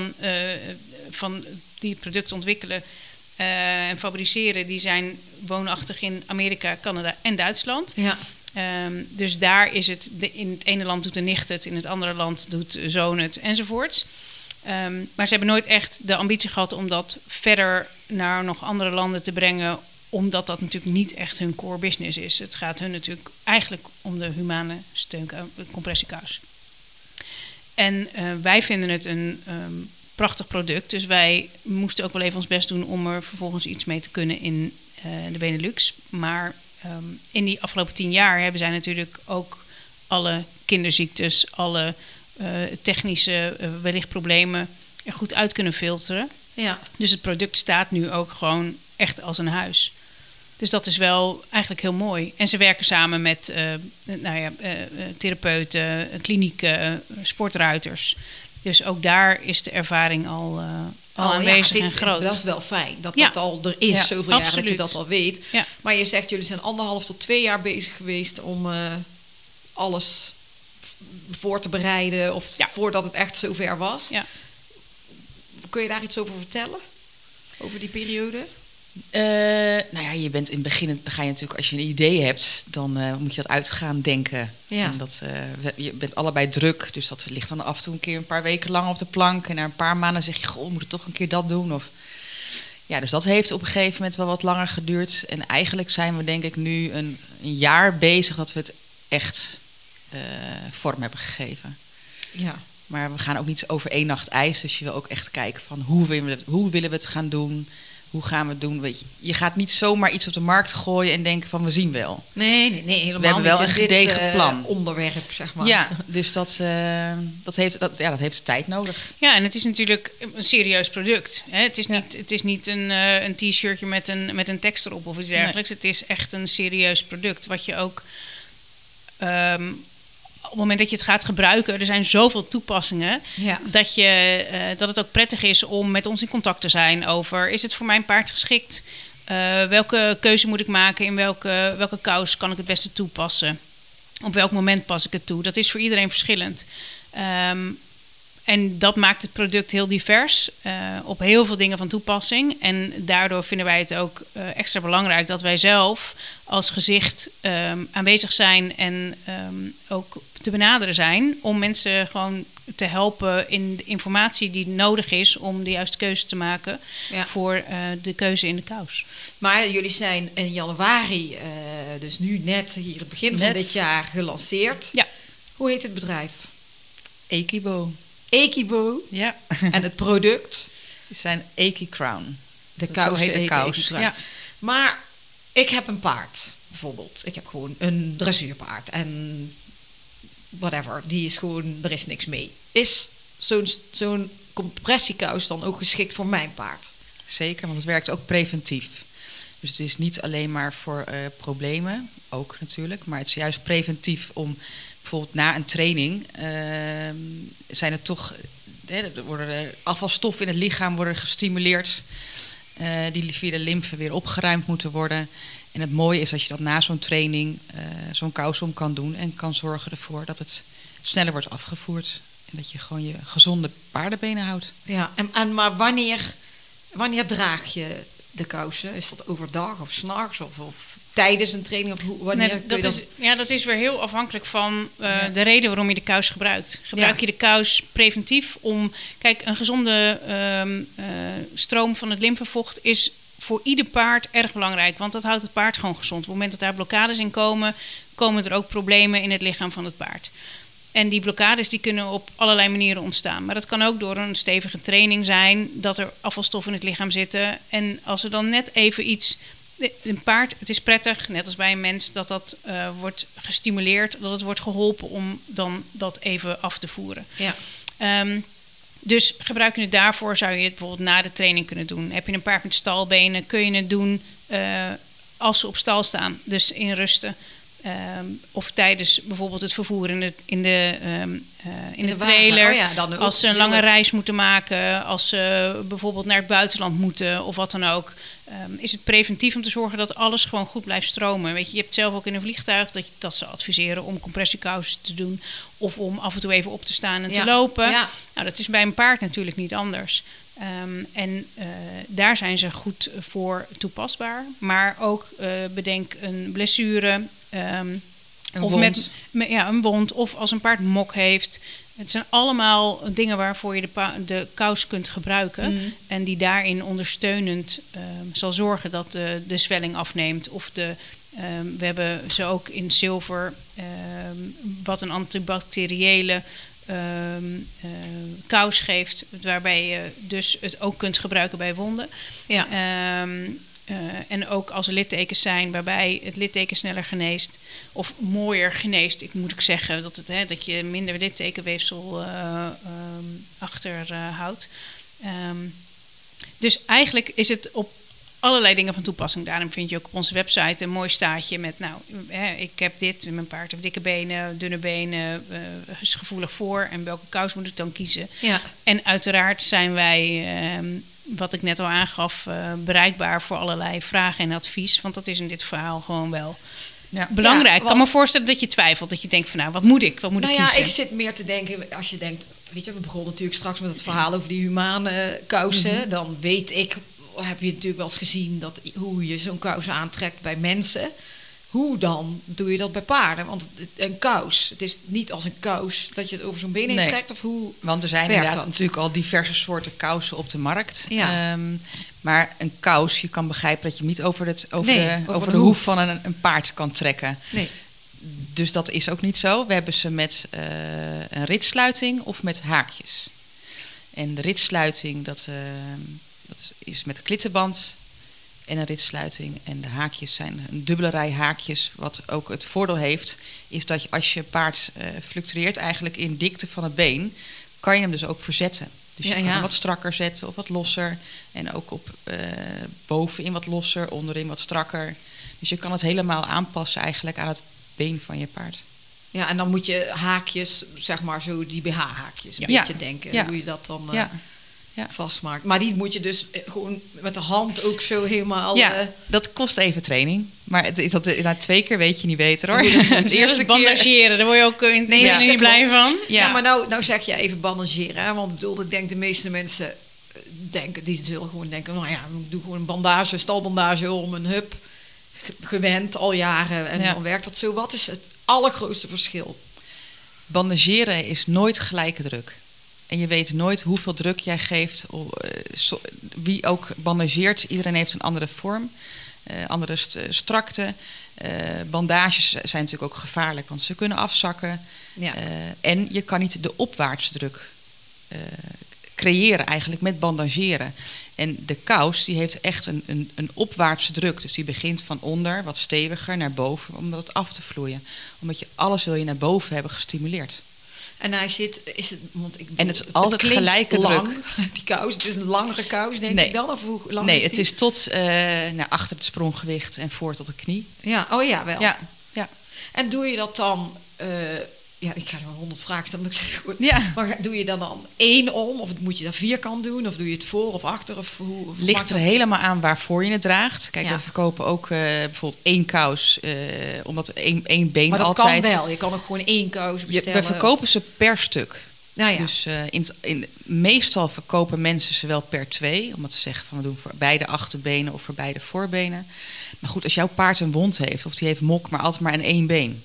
van die het product ontwikkelen en fabriceren... die zijn woonachtig in Amerika, Canada en Duitsland... Ja. Dus daar is het, in het ene land doet de nicht het, in het andere land doet de zoon het, enzovoorts. Maar ze hebben nooit echt de ambitie gehad om dat verder naar nog andere landen te brengen, omdat dat natuurlijk niet echt hun core business is. Het gaat hun natuurlijk eigenlijk om de humane compressiekous. En wij vinden het een prachtig product, dus wij moesten ook wel even ons best doen om er vervolgens iets mee te kunnen in de Benelux. Maar in die afgelopen 10 jaar hebben zij natuurlijk ook alle kinderziektes, alle technische wellicht problemen er goed uit kunnen filteren. Ja. Dus het product staat nu ook gewoon echt als een huis. Dus dat is wel eigenlijk heel mooi. En ze werken samen met therapeuten, klinieken, sportruiters. Dus ook daar is de ervaring al aanwezig en groot. Dat is wel fijn dat Ja. dat al er is, Ja, zoveel jaar dat je absoluut. dat al weet. Ja. Maar je zegt, jullie zijn 1,5 tot 2 jaar bezig geweest om alles voor te bereiden... of Ja. voordat het echt zover was. Ja. Kun je daar iets over vertellen? Over die periode? In het begin ga je natuurlijk, als je een idee hebt, dan moet je dat uit gaan denken. Ja. En je bent allebei druk, dus dat ligt dan af en toe een keer een paar weken lang op de plank. En na een paar maanden zeg je, goh, moet ik toch een keer dat doen? Dus dat heeft op een gegeven moment wel wat langer geduurd. En eigenlijk zijn we denk ik nu een jaar bezig dat we het echt vorm hebben gegeven. Ja. Maar we gaan ook niet over 1 nacht ijs. Dus je wil ook echt kijken van hoe willen we het gaan doen? Hoe gaan we het doen? Weet je gaat niet zomaar iets op de markt gooien en denken van we zien wel. Nee, helemaal We hebben wel niet een in gedegen dit, plan. onderwerp, zeg maar. Ja, dus dat heeft tijd nodig. Ja, en het is natuurlijk een serieus product. Hè? Het is niet een t-shirtje met een tekst erop of iets dergelijks. Nee. Het is echt een serieus product. Wat je ook... op het moment dat je het gaat gebruiken, er zijn zoveel toepassingen, Ja. dat het ook prettig is om met ons in contact te zijn over, is het voor mijn paard geschikt? Welke keuze moet ik maken? In welke kous kan ik het beste toepassen? Op welk moment pas ik het toe? Dat is voor iedereen verschillend. En dat maakt het product heel divers, op heel veel dingen van toepassing. En daardoor vinden wij het ook extra belangrijk dat wij zelf als gezicht aanwezig zijn en ook te benaderen zijn om mensen gewoon te helpen in de informatie die nodig is om de juiste keuze te maken voor de keuze in de kous. Maar jullie zijn in januari, dus nu net hier het begin van dit jaar, gelanceerd. Ja. Hoe heet het bedrijf? Equibo. Ekibo. Ja. En het product, Die zijn Eki Crown. de Zo kous heet de heet kous. Eki Crown. Ja. Maar ik heb een paard, bijvoorbeeld. Ik heb gewoon een dressuurpaard. En whatever, die is gewoon, er is niks mee. Is zo'n compressiekous dan ook geschikt voor mijn paard? Zeker, want het werkt ook preventief. Dus het is niet alleen maar voor problemen, ook natuurlijk. Maar het is juist preventief om bijvoorbeeld na een training... zijn er toch... er worden afvalstoffen in het lichaam worden gestimuleerd... die via de lymfe weer opgeruimd moeten worden. En het mooie is dat je dat na zo'n training zo'n kous om kan doen... en kan zorgen ervoor dat het sneller wordt afgevoerd. En dat je gewoon je gezonde paardenbenen houdt. Ja, maar wanneer draag je de kousen? Is dat overdag of 's nachts of tijdens een training? Of wanneer kun je dat is weer heel afhankelijk van de reden waarom je de kous gebruikt. Gebruik je de kous preventief om... Kijk, een gezonde stroom van het lymfevocht is voor ieder paard erg belangrijk. Want dat houdt het paard gewoon gezond. Op het moment dat daar blokkades in komen... komen er ook problemen in het lichaam van het paard. En die blokkades die kunnen op allerlei manieren ontstaan. Maar dat kan ook door een stevige training zijn... dat er afvalstoffen in het lichaam zitten. En als er dan net even iets... Een paard, het is prettig, net als bij een mens... dat wordt gestimuleerd, dat het wordt geholpen... om dan dat even af te voeren. Ja. Dus gebruik je het daarvoor, zou je het bijvoorbeeld na de training kunnen doen. Heb je een paard met stalbenen, kun je het doen als ze op stal staan. Dus in rusten. Of tijdens bijvoorbeeld het vervoer in de trailer. Oh ja, dan ook, als ze een natuurlijk. lange reis moeten maken. Als ze bijvoorbeeld naar het buitenland moeten of wat dan ook. Is het preventief om te zorgen dat alles gewoon goed blijft stromen. Weet je hebt zelf ook in een vliegtuig dat ze adviseren om compressiekousen te doen. Of om af en toe even op te staan en te lopen. Ja. Nou, dat is bij een paard natuurlijk niet anders. Daar zijn ze goed voor toepasbaar. Maar ook bedenk een blessure... Een of wond. Een wond. Of als een paard mok heeft. Het zijn allemaal dingen waarvoor je de kous kunt gebruiken. Mm. En die daarin ondersteunend zal zorgen dat de zwelling afneemt. Of we hebben ze ook in zilver. Wat een antibacteriële kous geeft. Waarbij je dus het ook kunt gebruiken bij wonden. Ja. En ook als er littekens zijn waarbij het litteken sneller geneest of mooier geneest. Moet ik zeggen dat je minder littekenweefsel achterhoudt. Dus eigenlijk is het op allerlei dingen van toepassing. Daarom vind je ook op onze website een mooi staartje met... ik heb dit, mijn paard heeft dikke benen, dunne benen, is gevoelig voor. En welke kous moet ik dan kiezen? Ja. En uiteraard zijn wij... wat ik net al aangaf, bereikbaar voor allerlei vragen en advies. Want dat is in dit verhaal gewoon wel belangrijk. Ik kan me voorstellen dat je twijfelt. Dat je denkt van wat moet ik? Wat moet ik kiezen? Ik zit meer te denken, als je denkt... Weet je, we begonnen natuurlijk straks met het verhaal over die humane kousen. Mm-hmm. Dan weet ik, heb je natuurlijk wel eens gezien... hoe je zo'n kous aantrekt bij mensen... Hoe dan doe je dat bij paarden? Want een kous, het is niet als een kous dat je het over zo'n been heen trekt. Of hoe Want er zijn inderdaad natuurlijk al diverse soorten kousen op de markt. Ja. Maar een kous, je kan begrijpen dat je hem niet over de hoef van een paard kan trekken. Nee. Dus dat is ook niet zo. We hebben ze met een ritsluiting of met haakjes. En de ritsluiting, dat is met klittenband... en een ritsluiting. En de haakjes zijn een dubbele rij haakjes. Wat ook het voordeel heeft, is dat als je paard fluctueert eigenlijk in dikte van het been, kan je hem dus ook verzetten. Dus je kan hem wat strakker zetten of wat losser. En ook op bovenin wat losser, onderin wat strakker. Dus je kan het helemaal aanpassen eigenlijk aan het been van je paard. Ja, en dan moet je haakjes, zeg maar zo die BH-haakjes een beetje denken. Hoe je dat dan... vastmaakt. Maar die moet je dus gewoon met de hand ook zo helemaal... Ja, dat kost even training. Maar na 2 keer weet je niet beter, hoor. Het eerste bandageren, daar word je ook niet blij van. Ja, maar nou zeg je even bandageren. Hè? Want ik denk de meeste mensen die zullen gewoon denken... ik doe gewoon een bandage, stalbandage om een hub. Gewend al jaren. En dan werkt dat zo. Wat is het allergrootste verschil? Bandageren is nooit gelijke druk. En je weet nooit hoeveel druk jij geeft. Wie ook bandageert, iedereen heeft een andere vorm. Andere strakte. Bandages zijn natuurlijk ook gevaarlijk, want ze kunnen afzakken. Ja. En je kan niet de opwaartsdruk creëren eigenlijk met bandageren. En de kous die heeft echt een opwaartse druk. Dus die begint van onder, wat steviger, naar boven, om dat af te vloeien. Omdat je alles wil je naar boven hebben gestimuleerd. En hij zit, En het is altijd klinkt gelijke lang, druk. Die kous, het is een langere kous, denk Nee. ik dan? Of hoe lang Nee, is het die? is tot achter het spronggewicht en voor tot de knie. Ja, oh ja, wel. Ja. En doe je dat dan... ik ga er wel 100 vragen stellen, maar ik zeg goed. Ja. Maar doe je dan 1 om? Of moet je dat vierkant doen? Of doe je het voor of achter? Of hoe Ligt maakt er dat? helemaal aan waarvoor je het draagt. Kijk, Ja. we verkopen ook bijvoorbeeld 1 kous, omdat één been Maar dat altijd... kan wel. Je kan ook gewoon 1 kous bestellen. We verkopen ze per stuk. Nou ja. Dus meestal verkopen mensen ze wel per 2. Omdat ze zeggen van we doen voor beide achterbenen of voor beide voorbenen. Maar goed, als jouw paard een wond heeft of die heeft mok, maar altijd maar aan 1 been.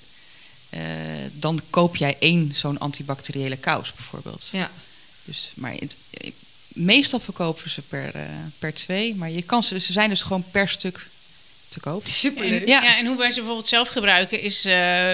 Dan koop jij 1 zo'n antibacteriële kous bijvoorbeeld. Ja. Dus, maar meestal verkopen we ze per 2. Maar je kan ze zijn dus gewoon per stuk te koop. Superleuk. Ja. En hoe wij ze bijvoorbeeld zelf gebruiken is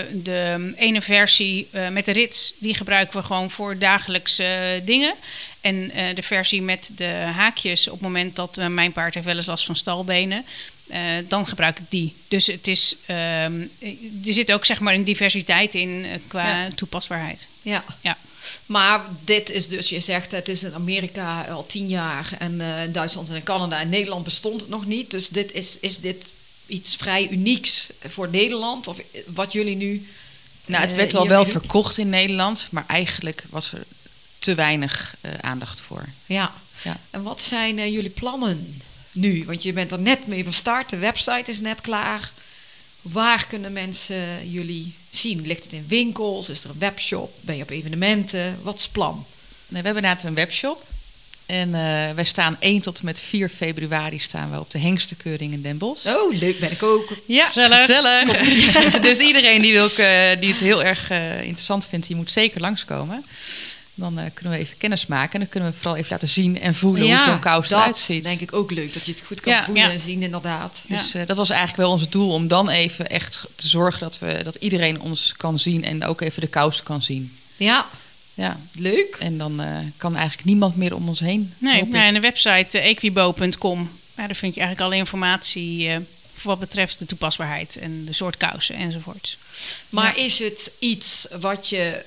de ene versie met de rits. Die gebruiken we gewoon voor dagelijkse dingen. En de versie met de haakjes op het moment dat mijn paard heeft wel eens last van stalbenen. Dan gebruik ik die. Dus het is, er zit ook zeg maar een diversiteit in qua toepasbaarheid. Ja. Ja. Maar dit is dus, je zegt het is in Amerika al 10 jaar. En in Duitsland en in Canada en Nederland bestond het nog niet. Dus is dit iets vrij unieks voor Nederland? Of wat jullie nu... Nou, het werd al hiermee wel doen? verkocht in Nederland. Maar eigenlijk was er te weinig aandacht voor. Ja. Ja. En wat zijn jullie plannen nu? Want je bent er net mee van start. De website is net klaar. Waar kunnen mensen jullie zien? Ligt het in winkels? Is er een webshop? Ben je op evenementen? Wat is het plan? Nee, we hebben inderdaad een webshop. En wij staan 1 tot en met 4 februari staan we op de Hengstenkeuring in Den Bosch. Oh, leuk, ben ik ook. Ja, Gezellig. Dus iedereen die het heel erg interessant vindt, die moet zeker langskomen. Dan kunnen we even kennis maken. En dan kunnen we vooral even laten zien en voelen hoe zo'n kous eruit ziet. Denk ik ook leuk, dat je het goed kan Ja. voelen Ja. en zien inderdaad. Dus dat was eigenlijk wel ons doel, om dan even echt te zorgen dat iedereen ons kan zien en ook even de kous kan zien. Ja, Ja. leuk. En dan kan eigenlijk niemand meer om ons heen. Nee, hoop ik. nou, en de website equibo.com. Daar vind je eigenlijk alle informatie voor wat betreft de toepasbaarheid en de soort kousen enzovoort. Maar is het iets wat je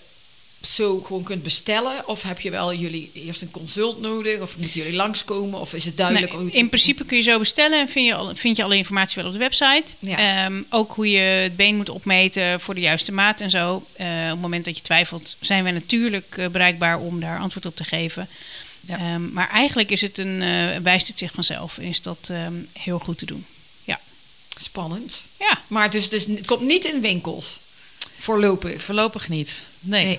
zo gewoon kunt bestellen? Of heb je wel jullie eerst een consult nodig? Of moeten jullie langskomen? Of is het duidelijk? Nee, hoe het- in principe kun je zo bestellen en vind je alle informatie wel op de website. Ja. Ook hoe je het been moet opmeten voor de juiste maat en zo. Op het moment dat je twijfelt, zijn wij natuurlijk bereikbaar om daar antwoord op te geven. Ja. Maar eigenlijk is het wijst het zich vanzelf en is dat heel goed te doen. Ja. Spannend. Ja. Maar het komt niet in winkels. Voorlopig. Voorlopig niet. Nee.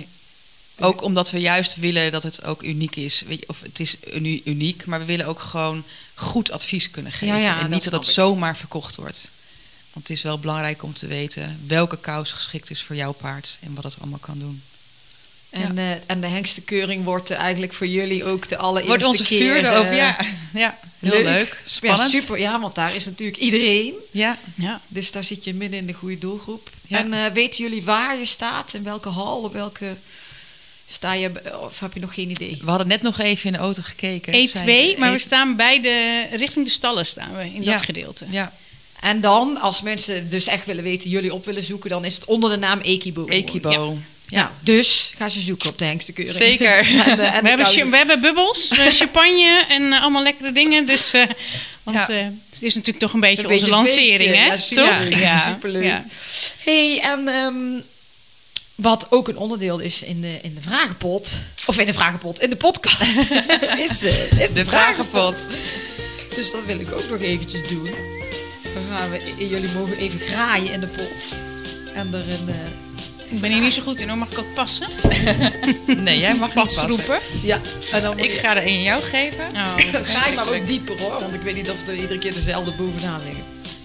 Ook omdat we juist willen dat het ook uniek is. Weet je, of het is uniek, maar we willen ook gewoon goed advies kunnen geven. Ja, en niet dat snap het ik. zomaar verkocht wordt. Want het is wel belangrijk om te weten welke kous geschikt is voor jouw paard en wat het allemaal kan doen. En de Hengstenkeuring wordt eigenlijk voor jullie ook de allereerste Wordt onze keer... vuurdoop, ja, heel leuk. Spannend. Ja, super. Ja, want daar is natuurlijk iedereen. Ja. Ja. Dus daar zit je midden in de goede doelgroep. Ja. En weten jullie waar je staat? In welke hal? Op welke sta je? Of heb je nog geen idee? We hadden net nog even in de auto gekeken. E2, maar we staan richting de stallen staan we in Ja. dat gedeelte. Ja, En dan, als mensen dus echt willen weten, jullie op willen zoeken, dan is het onder de naam Equibo. Equibo. Ja, dus ga ze zoeken op de Hengstenkeuring. Zeker. En We hebben bubbels, champagne en allemaal lekkere dingen. Dus, want Ja. het is natuurlijk toch een beetje Een onze beetje lancering, feestje. hè? Ja, superleuk. Toch? Ja. Superleuk. Ja. Hey, en wat ook een onderdeel is in de vragenpot, of in de podcast, is de vragenpot. Dus dat wil ik ook nog eventjes doen. Dan gaan jullie mogen even graaien in de pot. En er een... Ik ben hier niet zo goed in hoor. Mag ik ook passen? Nee, jij mag niet Pas passen. roepen? ja, en dan Ik ga er een aan jou geven. Oh, Dan ga je maar ook dieper hoor, want ik weet niet of er iedere keer dezelfde bovenaan liggen.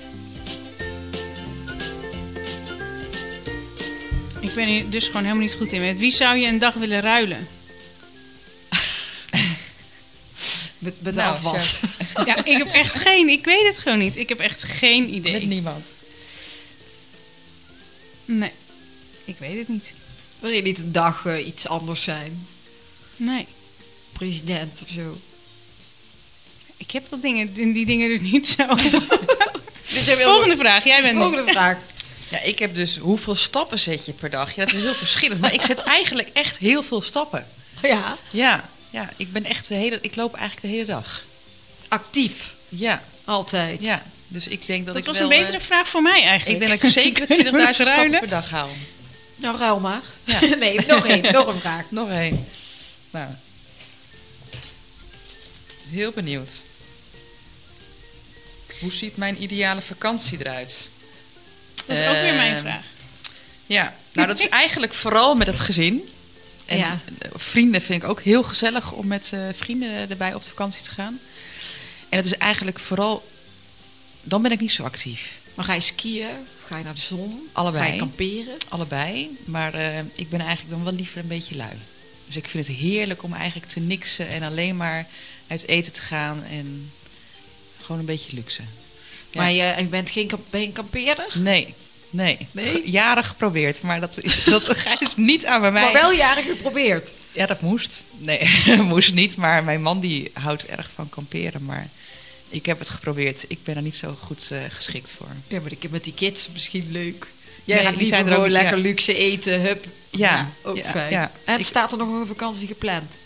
ik ben hier dus gewoon helemaal niet goed in. Met wie zou je een dag willen ruilen? Met de Nou, afwas. Ja, ik weet het gewoon niet. Ik heb echt geen idee. Met niemand. Nee, ik weet het niet. Wil je niet een dag iets anders zijn? Nee. President of zo. Ik heb die dingen dus niet zo. Dus Volgende vraag, jij bent Volgende vraag. Ja, ik heb dus hoeveel stappen zet je per dag? Ja, dat is heel verschillend. Maar ik zet eigenlijk echt heel veel stappen. Ja, Ja, ik loop eigenlijk de hele dag. actief. Ja, Altijd. ja. Dus ik denk dat Dat ik was wel... een betere vraag voor mij eigenlijk. ik denk dat ik zeker 20.000 stappen Ruilen. per dag haal. Nou, ruil maar. Ja. Nee, nog één. Nog een vraag. Nog één. Nou. Heel benieuwd. Hoe ziet mijn ideale vakantie eruit? Dat is ook weer mijn vraag. Ja, nou dat is eigenlijk vooral met het gezin. En Ja. vrienden vind ik ook heel gezellig om met vrienden erbij op vakantie te gaan. En het is eigenlijk vooral... Dan ben ik niet zo actief. Maar ga je skiën? Ga je naar de zon? Allebei. Ga je kamperen? Allebei. Maar ik ben eigenlijk dan wel liever een beetje lui. Dus ik vind het heerlijk om eigenlijk te niksen en alleen maar uit eten te gaan. En gewoon een beetje luxe. Ja. Maar je bent ben je een kampeerder? Nee. Nee? Jaren geprobeerd, maar dat is niet aan bij mij. Maar wel jaren geprobeerd. Ja, dat moest. Nee, moest niet. Maar mijn man die houdt erg van kamperen. Maar ik heb het geprobeerd. Ik ben er niet zo goed geschikt voor. Ja, maar met die kids misschien leuk. Jij Nee, gaat die liever zijn er ook gewoon niet, lekker ja. luxe eten, hup. Ja, ook ja, fijn. ja. En staat er nog een vakantie gepland?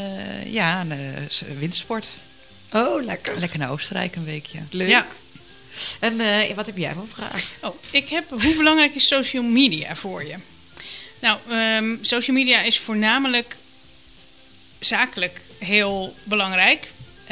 Wintersport. Oh, lekker. Lekker naar Oostenrijk een weekje. Leuk. Ja. En wat heb jij voor vraag? Oh, hoe belangrijk is social media voor je? Nou, social media is voornamelijk zakelijk heel belangrijk.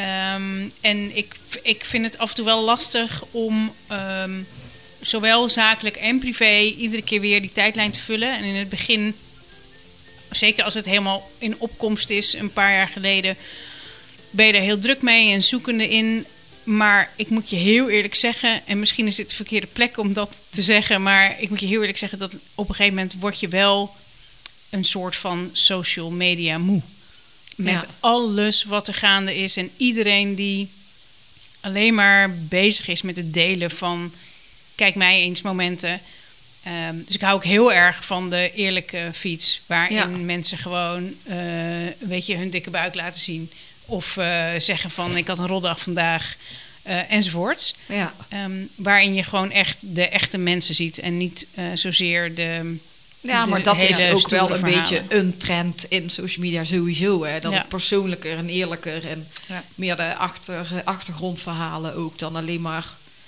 En ik vind het af en toe wel lastig om zowel zakelijk en privé iedere keer weer die tijdlijn te vullen. En in het begin, zeker als het helemaal in opkomst is, een paar jaar geleden, ben je er heel druk mee en zoekende in. Maar ik moet je heel eerlijk zeggen, en misschien is dit de verkeerde plek om dat te zeggen, maar ik moet je heel eerlijk zeggen dat op een gegeven moment word je wel een soort van social media moe. Met Ja. alles wat er gaande is en iedereen die alleen maar bezig is met het delen van kijk mij eens momenten. Dus ik hou ook heel erg van de eerlijke feeds, waarin Ja. mensen gewoon hun dikke buik laten zien. Of zeggen van ik had een rotdag vandaag, enzovoorts. Ja. Waarin je gewoon echt de echte mensen ziet en niet zozeer de... Ja, de maar dat is hele ook wel stoere een verhalen. beetje een trend in social media sowieso. Hè? Dat Ja. het persoonlijker en eerlijker en Ja. meer de achtergrondverhalen ook dan alleen maar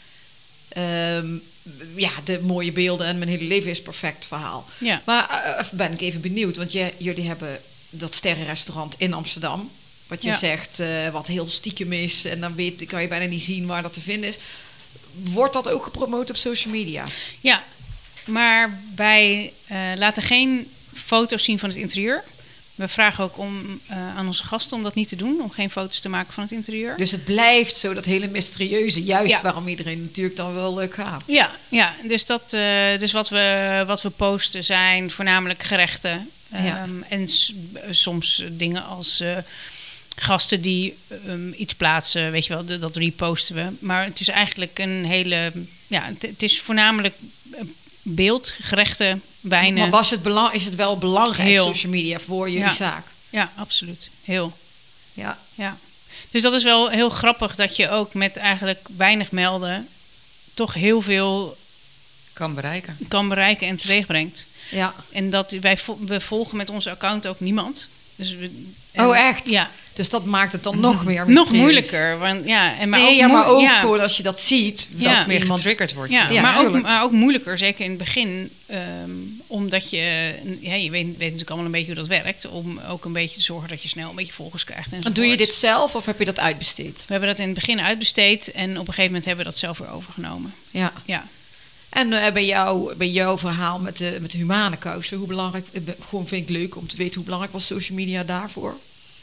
de mooie beelden en mijn hele leven is perfect verhaal. Ja. Maar ben ik even benieuwd, want jullie hebben dat sterrenrestaurant in Amsterdam. Wat je Ja. zegt, wat heel stiekem is en dan kan je bijna niet zien waar dat te vinden is. Wordt dat ook gepromoot op social media? Ja, maar wij laten geen foto's zien van het interieur. We vragen ook aan onze gasten om dat niet te doen, om geen foto's te maken van het interieur. Dus het blijft zo dat hele mysterieuze, juist Ja. waarom iedereen natuurlijk dan wel leuk gaat. Ja, dus, dus wat we posten zijn voornamelijk gerechten. Ja. En soms dingen als gasten die iets plaatsen, weet je wel, dat reposten we. Maar het is eigenlijk een hele... Ja, het is voornamelijk beeld, gerechten, wijnen. Maar is het wel belangrijk, Heel. social media, voor jullie Ja. zaak? Ja, absoluut. Heel. Ja. Ja. Dus dat is wel heel grappig dat je ook met eigenlijk weinig melden toch heel veel Kan bereiken. kan bereiken en teweeg brengt. Ja. En dat we volgen met onze account ook niemand. Dus Oh, echt? Ja. Dus dat maakt het dan nog meer Nog mysterieus. moeilijker. Want, ja, en Maar ook ja. gewoon als je dat ziet, Ja. dat Meer iemand... getriggerd wordt. Ja, Ja, maar ook moeilijker, zeker in het begin. Omdat je weet natuurlijk allemaal een beetje hoe dat werkt. Om ook een beetje te zorgen dat je snel een beetje volgers krijgt. En doe je dit zelf of heb je dat uitbesteed? We hebben dat in het begin uitbesteed. En op een gegeven moment hebben we dat zelf weer overgenomen. Ja. Ja. En bij jouw verhaal met de humane kousen, hoe belangrijk... Gewoon vind ik leuk om te weten hoe belangrijk was social media daarvoor?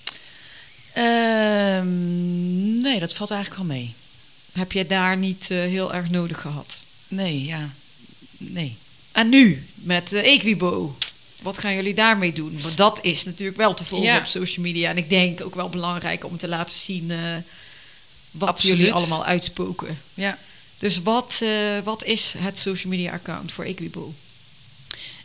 Nee, dat valt eigenlijk wel mee. Heb je daar niet heel erg nodig gehad? Nee, ja. Nee. En nu, met Equibo. Wat gaan jullie daarmee doen? Want dat is natuurlijk wel te volgen Ja. op social media. En ik denk ook wel belangrijk om te laten zien wat Absoluut. jullie allemaal uitspoken. Ja. Dus wat is het social media account voor Equibo?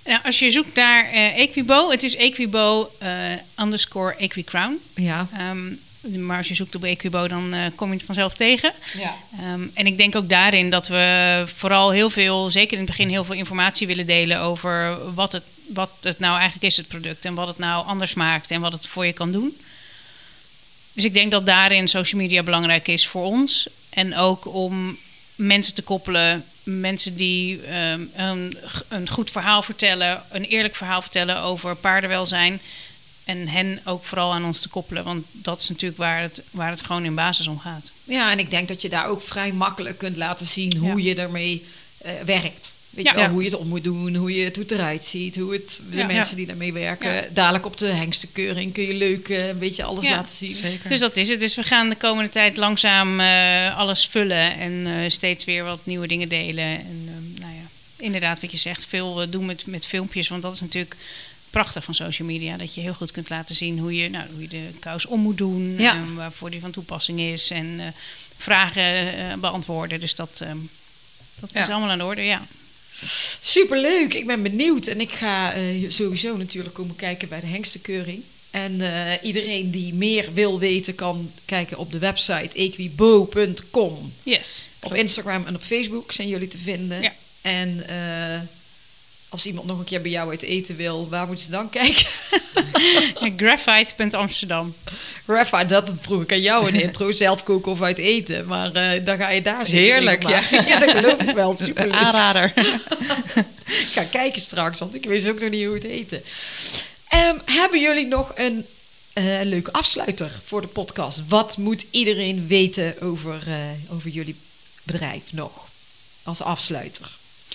Nou, als je zoekt naar Equibo, het is Equibo _ Equicrown. Ja. Maar als je zoekt op Equibo, dan kom je het vanzelf tegen. Ja. En ik denk ook daarin dat we vooral heel veel, zeker in het begin, heel veel informatie willen delen over wat het nou eigenlijk is, het product. En wat het nou anders maakt en wat het voor je kan doen. Dus ik denk dat daarin social media belangrijk is voor ons. En ook om mensen te koppelen, mensen die een goed verhaal vertellen, een eerlijk verhaal vertellen over paardenwelzijn. En hen ook vooral aan ons te koppelen. Want dat is natuurlijk waar het gewoon in basis om gaat. Ja, en ik denk dat je daar ook vrij makkelijk kunt laten zien hoe je ermee werkt. Weet je wel, hoe je het op moet doen, hoe het eruit ziet, hoe het de mensen die daarmee werken. Ja. Dadelijk op de hengstenkeuring kun je leuk een beetje alles laten zien. Zeker. Dus dat is het. Dus we gaan de komende tijd langzaam alles vullen en steeds weer wat nieuwe dingen delen. En inderdaad, wat je zegt, veel doen met filmpjes, want dat is natuurlijk prachtig van social media. Dat je heel goed kunt laten zien hoe je de kous om moet doen, waarvoor die van toepassing is en vragen beantwoorden. Dus dat is allemaal aan de orde, ja. Superleuk, ik ben benieuwd. En ik ga sowieso natuurlijk komen kijken bij de hengstenkeuring. En iedereen die meer wil weten kan kijken op de website equibo.com. Yes. Op Instagram en op Facebook zijn jullie te vinden. Ja. En als iemand nog een keer bij jou uit eten wil, waar moeten ze dan kijken? Graphite.amsterdam. Graphite, dat vroeg ik aan jou in de intro. Zelf koken of uit eten. Maar dan ga je daar zitten. Heerlijk, ja. Ja, dat geloof ik wel. Super aanrader. Ik ga kijken straks, want ik weet ook nog niet hoe het eten. Hebben jullie nog een leuke afsluiter voor de podcast? Wat moet iedereen weten over jullie bedrijf nog? Als afsluiter.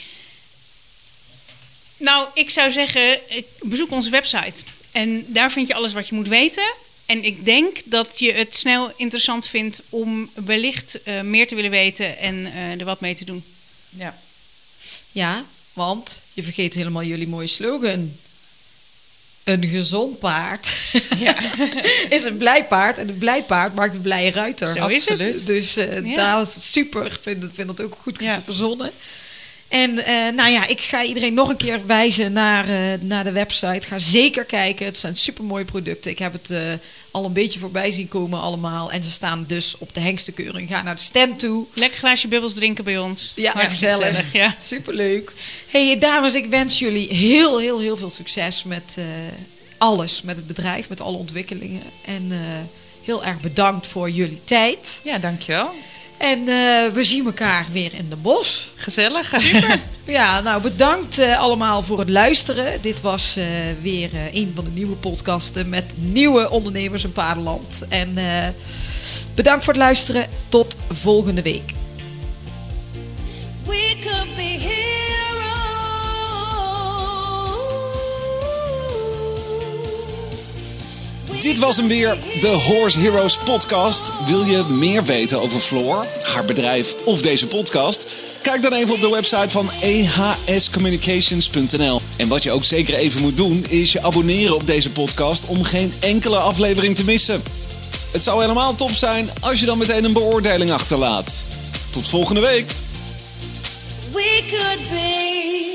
Nou, ik zou zeggen, bezoek onze website. En daar vind je alles wat je moet weten. En ik denk dat je het snel interessant vindt om wellicht meer te willen weten en er wat mee te doen. Ja, want je vergeet helemaal jullie mooie slogan. Een gezond paard is een blij paard. En een blij paard maakt een blije ruiter. Zo is het. Dus daar is super. Ik vind het ook goed verzonnen. En ik ga iedereen nog een keer wijzen naar de website. Ga zeker kijken. Het zijn supermooie producten. Ik heb het al een beetje voorbij zien komen allemaal. En ze staan dus op de hengstenkeuring. Ga naar de stand toe. Lekker glaasje bubbels drinken bij ons. Ja, gezellig. Ja. Superleuk. Hey dames, ik wens jullie heel, heel, heel veel succes met alles. Met het bedrijf, met alle ontwikkelingen. En heel erg bedankt voor jullie tijd. Ja, dankjewel. En we zien elkaar weer in de bos. Gezellig. Super. Ja, nou bedankt allemaal voor het luisteren. Dit was weer een van de nieuwe podcasten met nieuwe ondernemers in paardenland. En bedankt voor het luisteren. Tot volgende week. We could be heroes. Dit was hem weer, de Horse Heroes podcast. Wil je meer weten over Floor, haar bedrijf of deze podcast? Kijk dan even op de website van ehscommunications.nl. En wat je ook zeker even moet doen, is je abonneren op deze podcast om geen enkele aflevering te missen. Het zou helemaal top zijn als je dan meteen een beoordeling achterlaat. Tot volgende week. We could be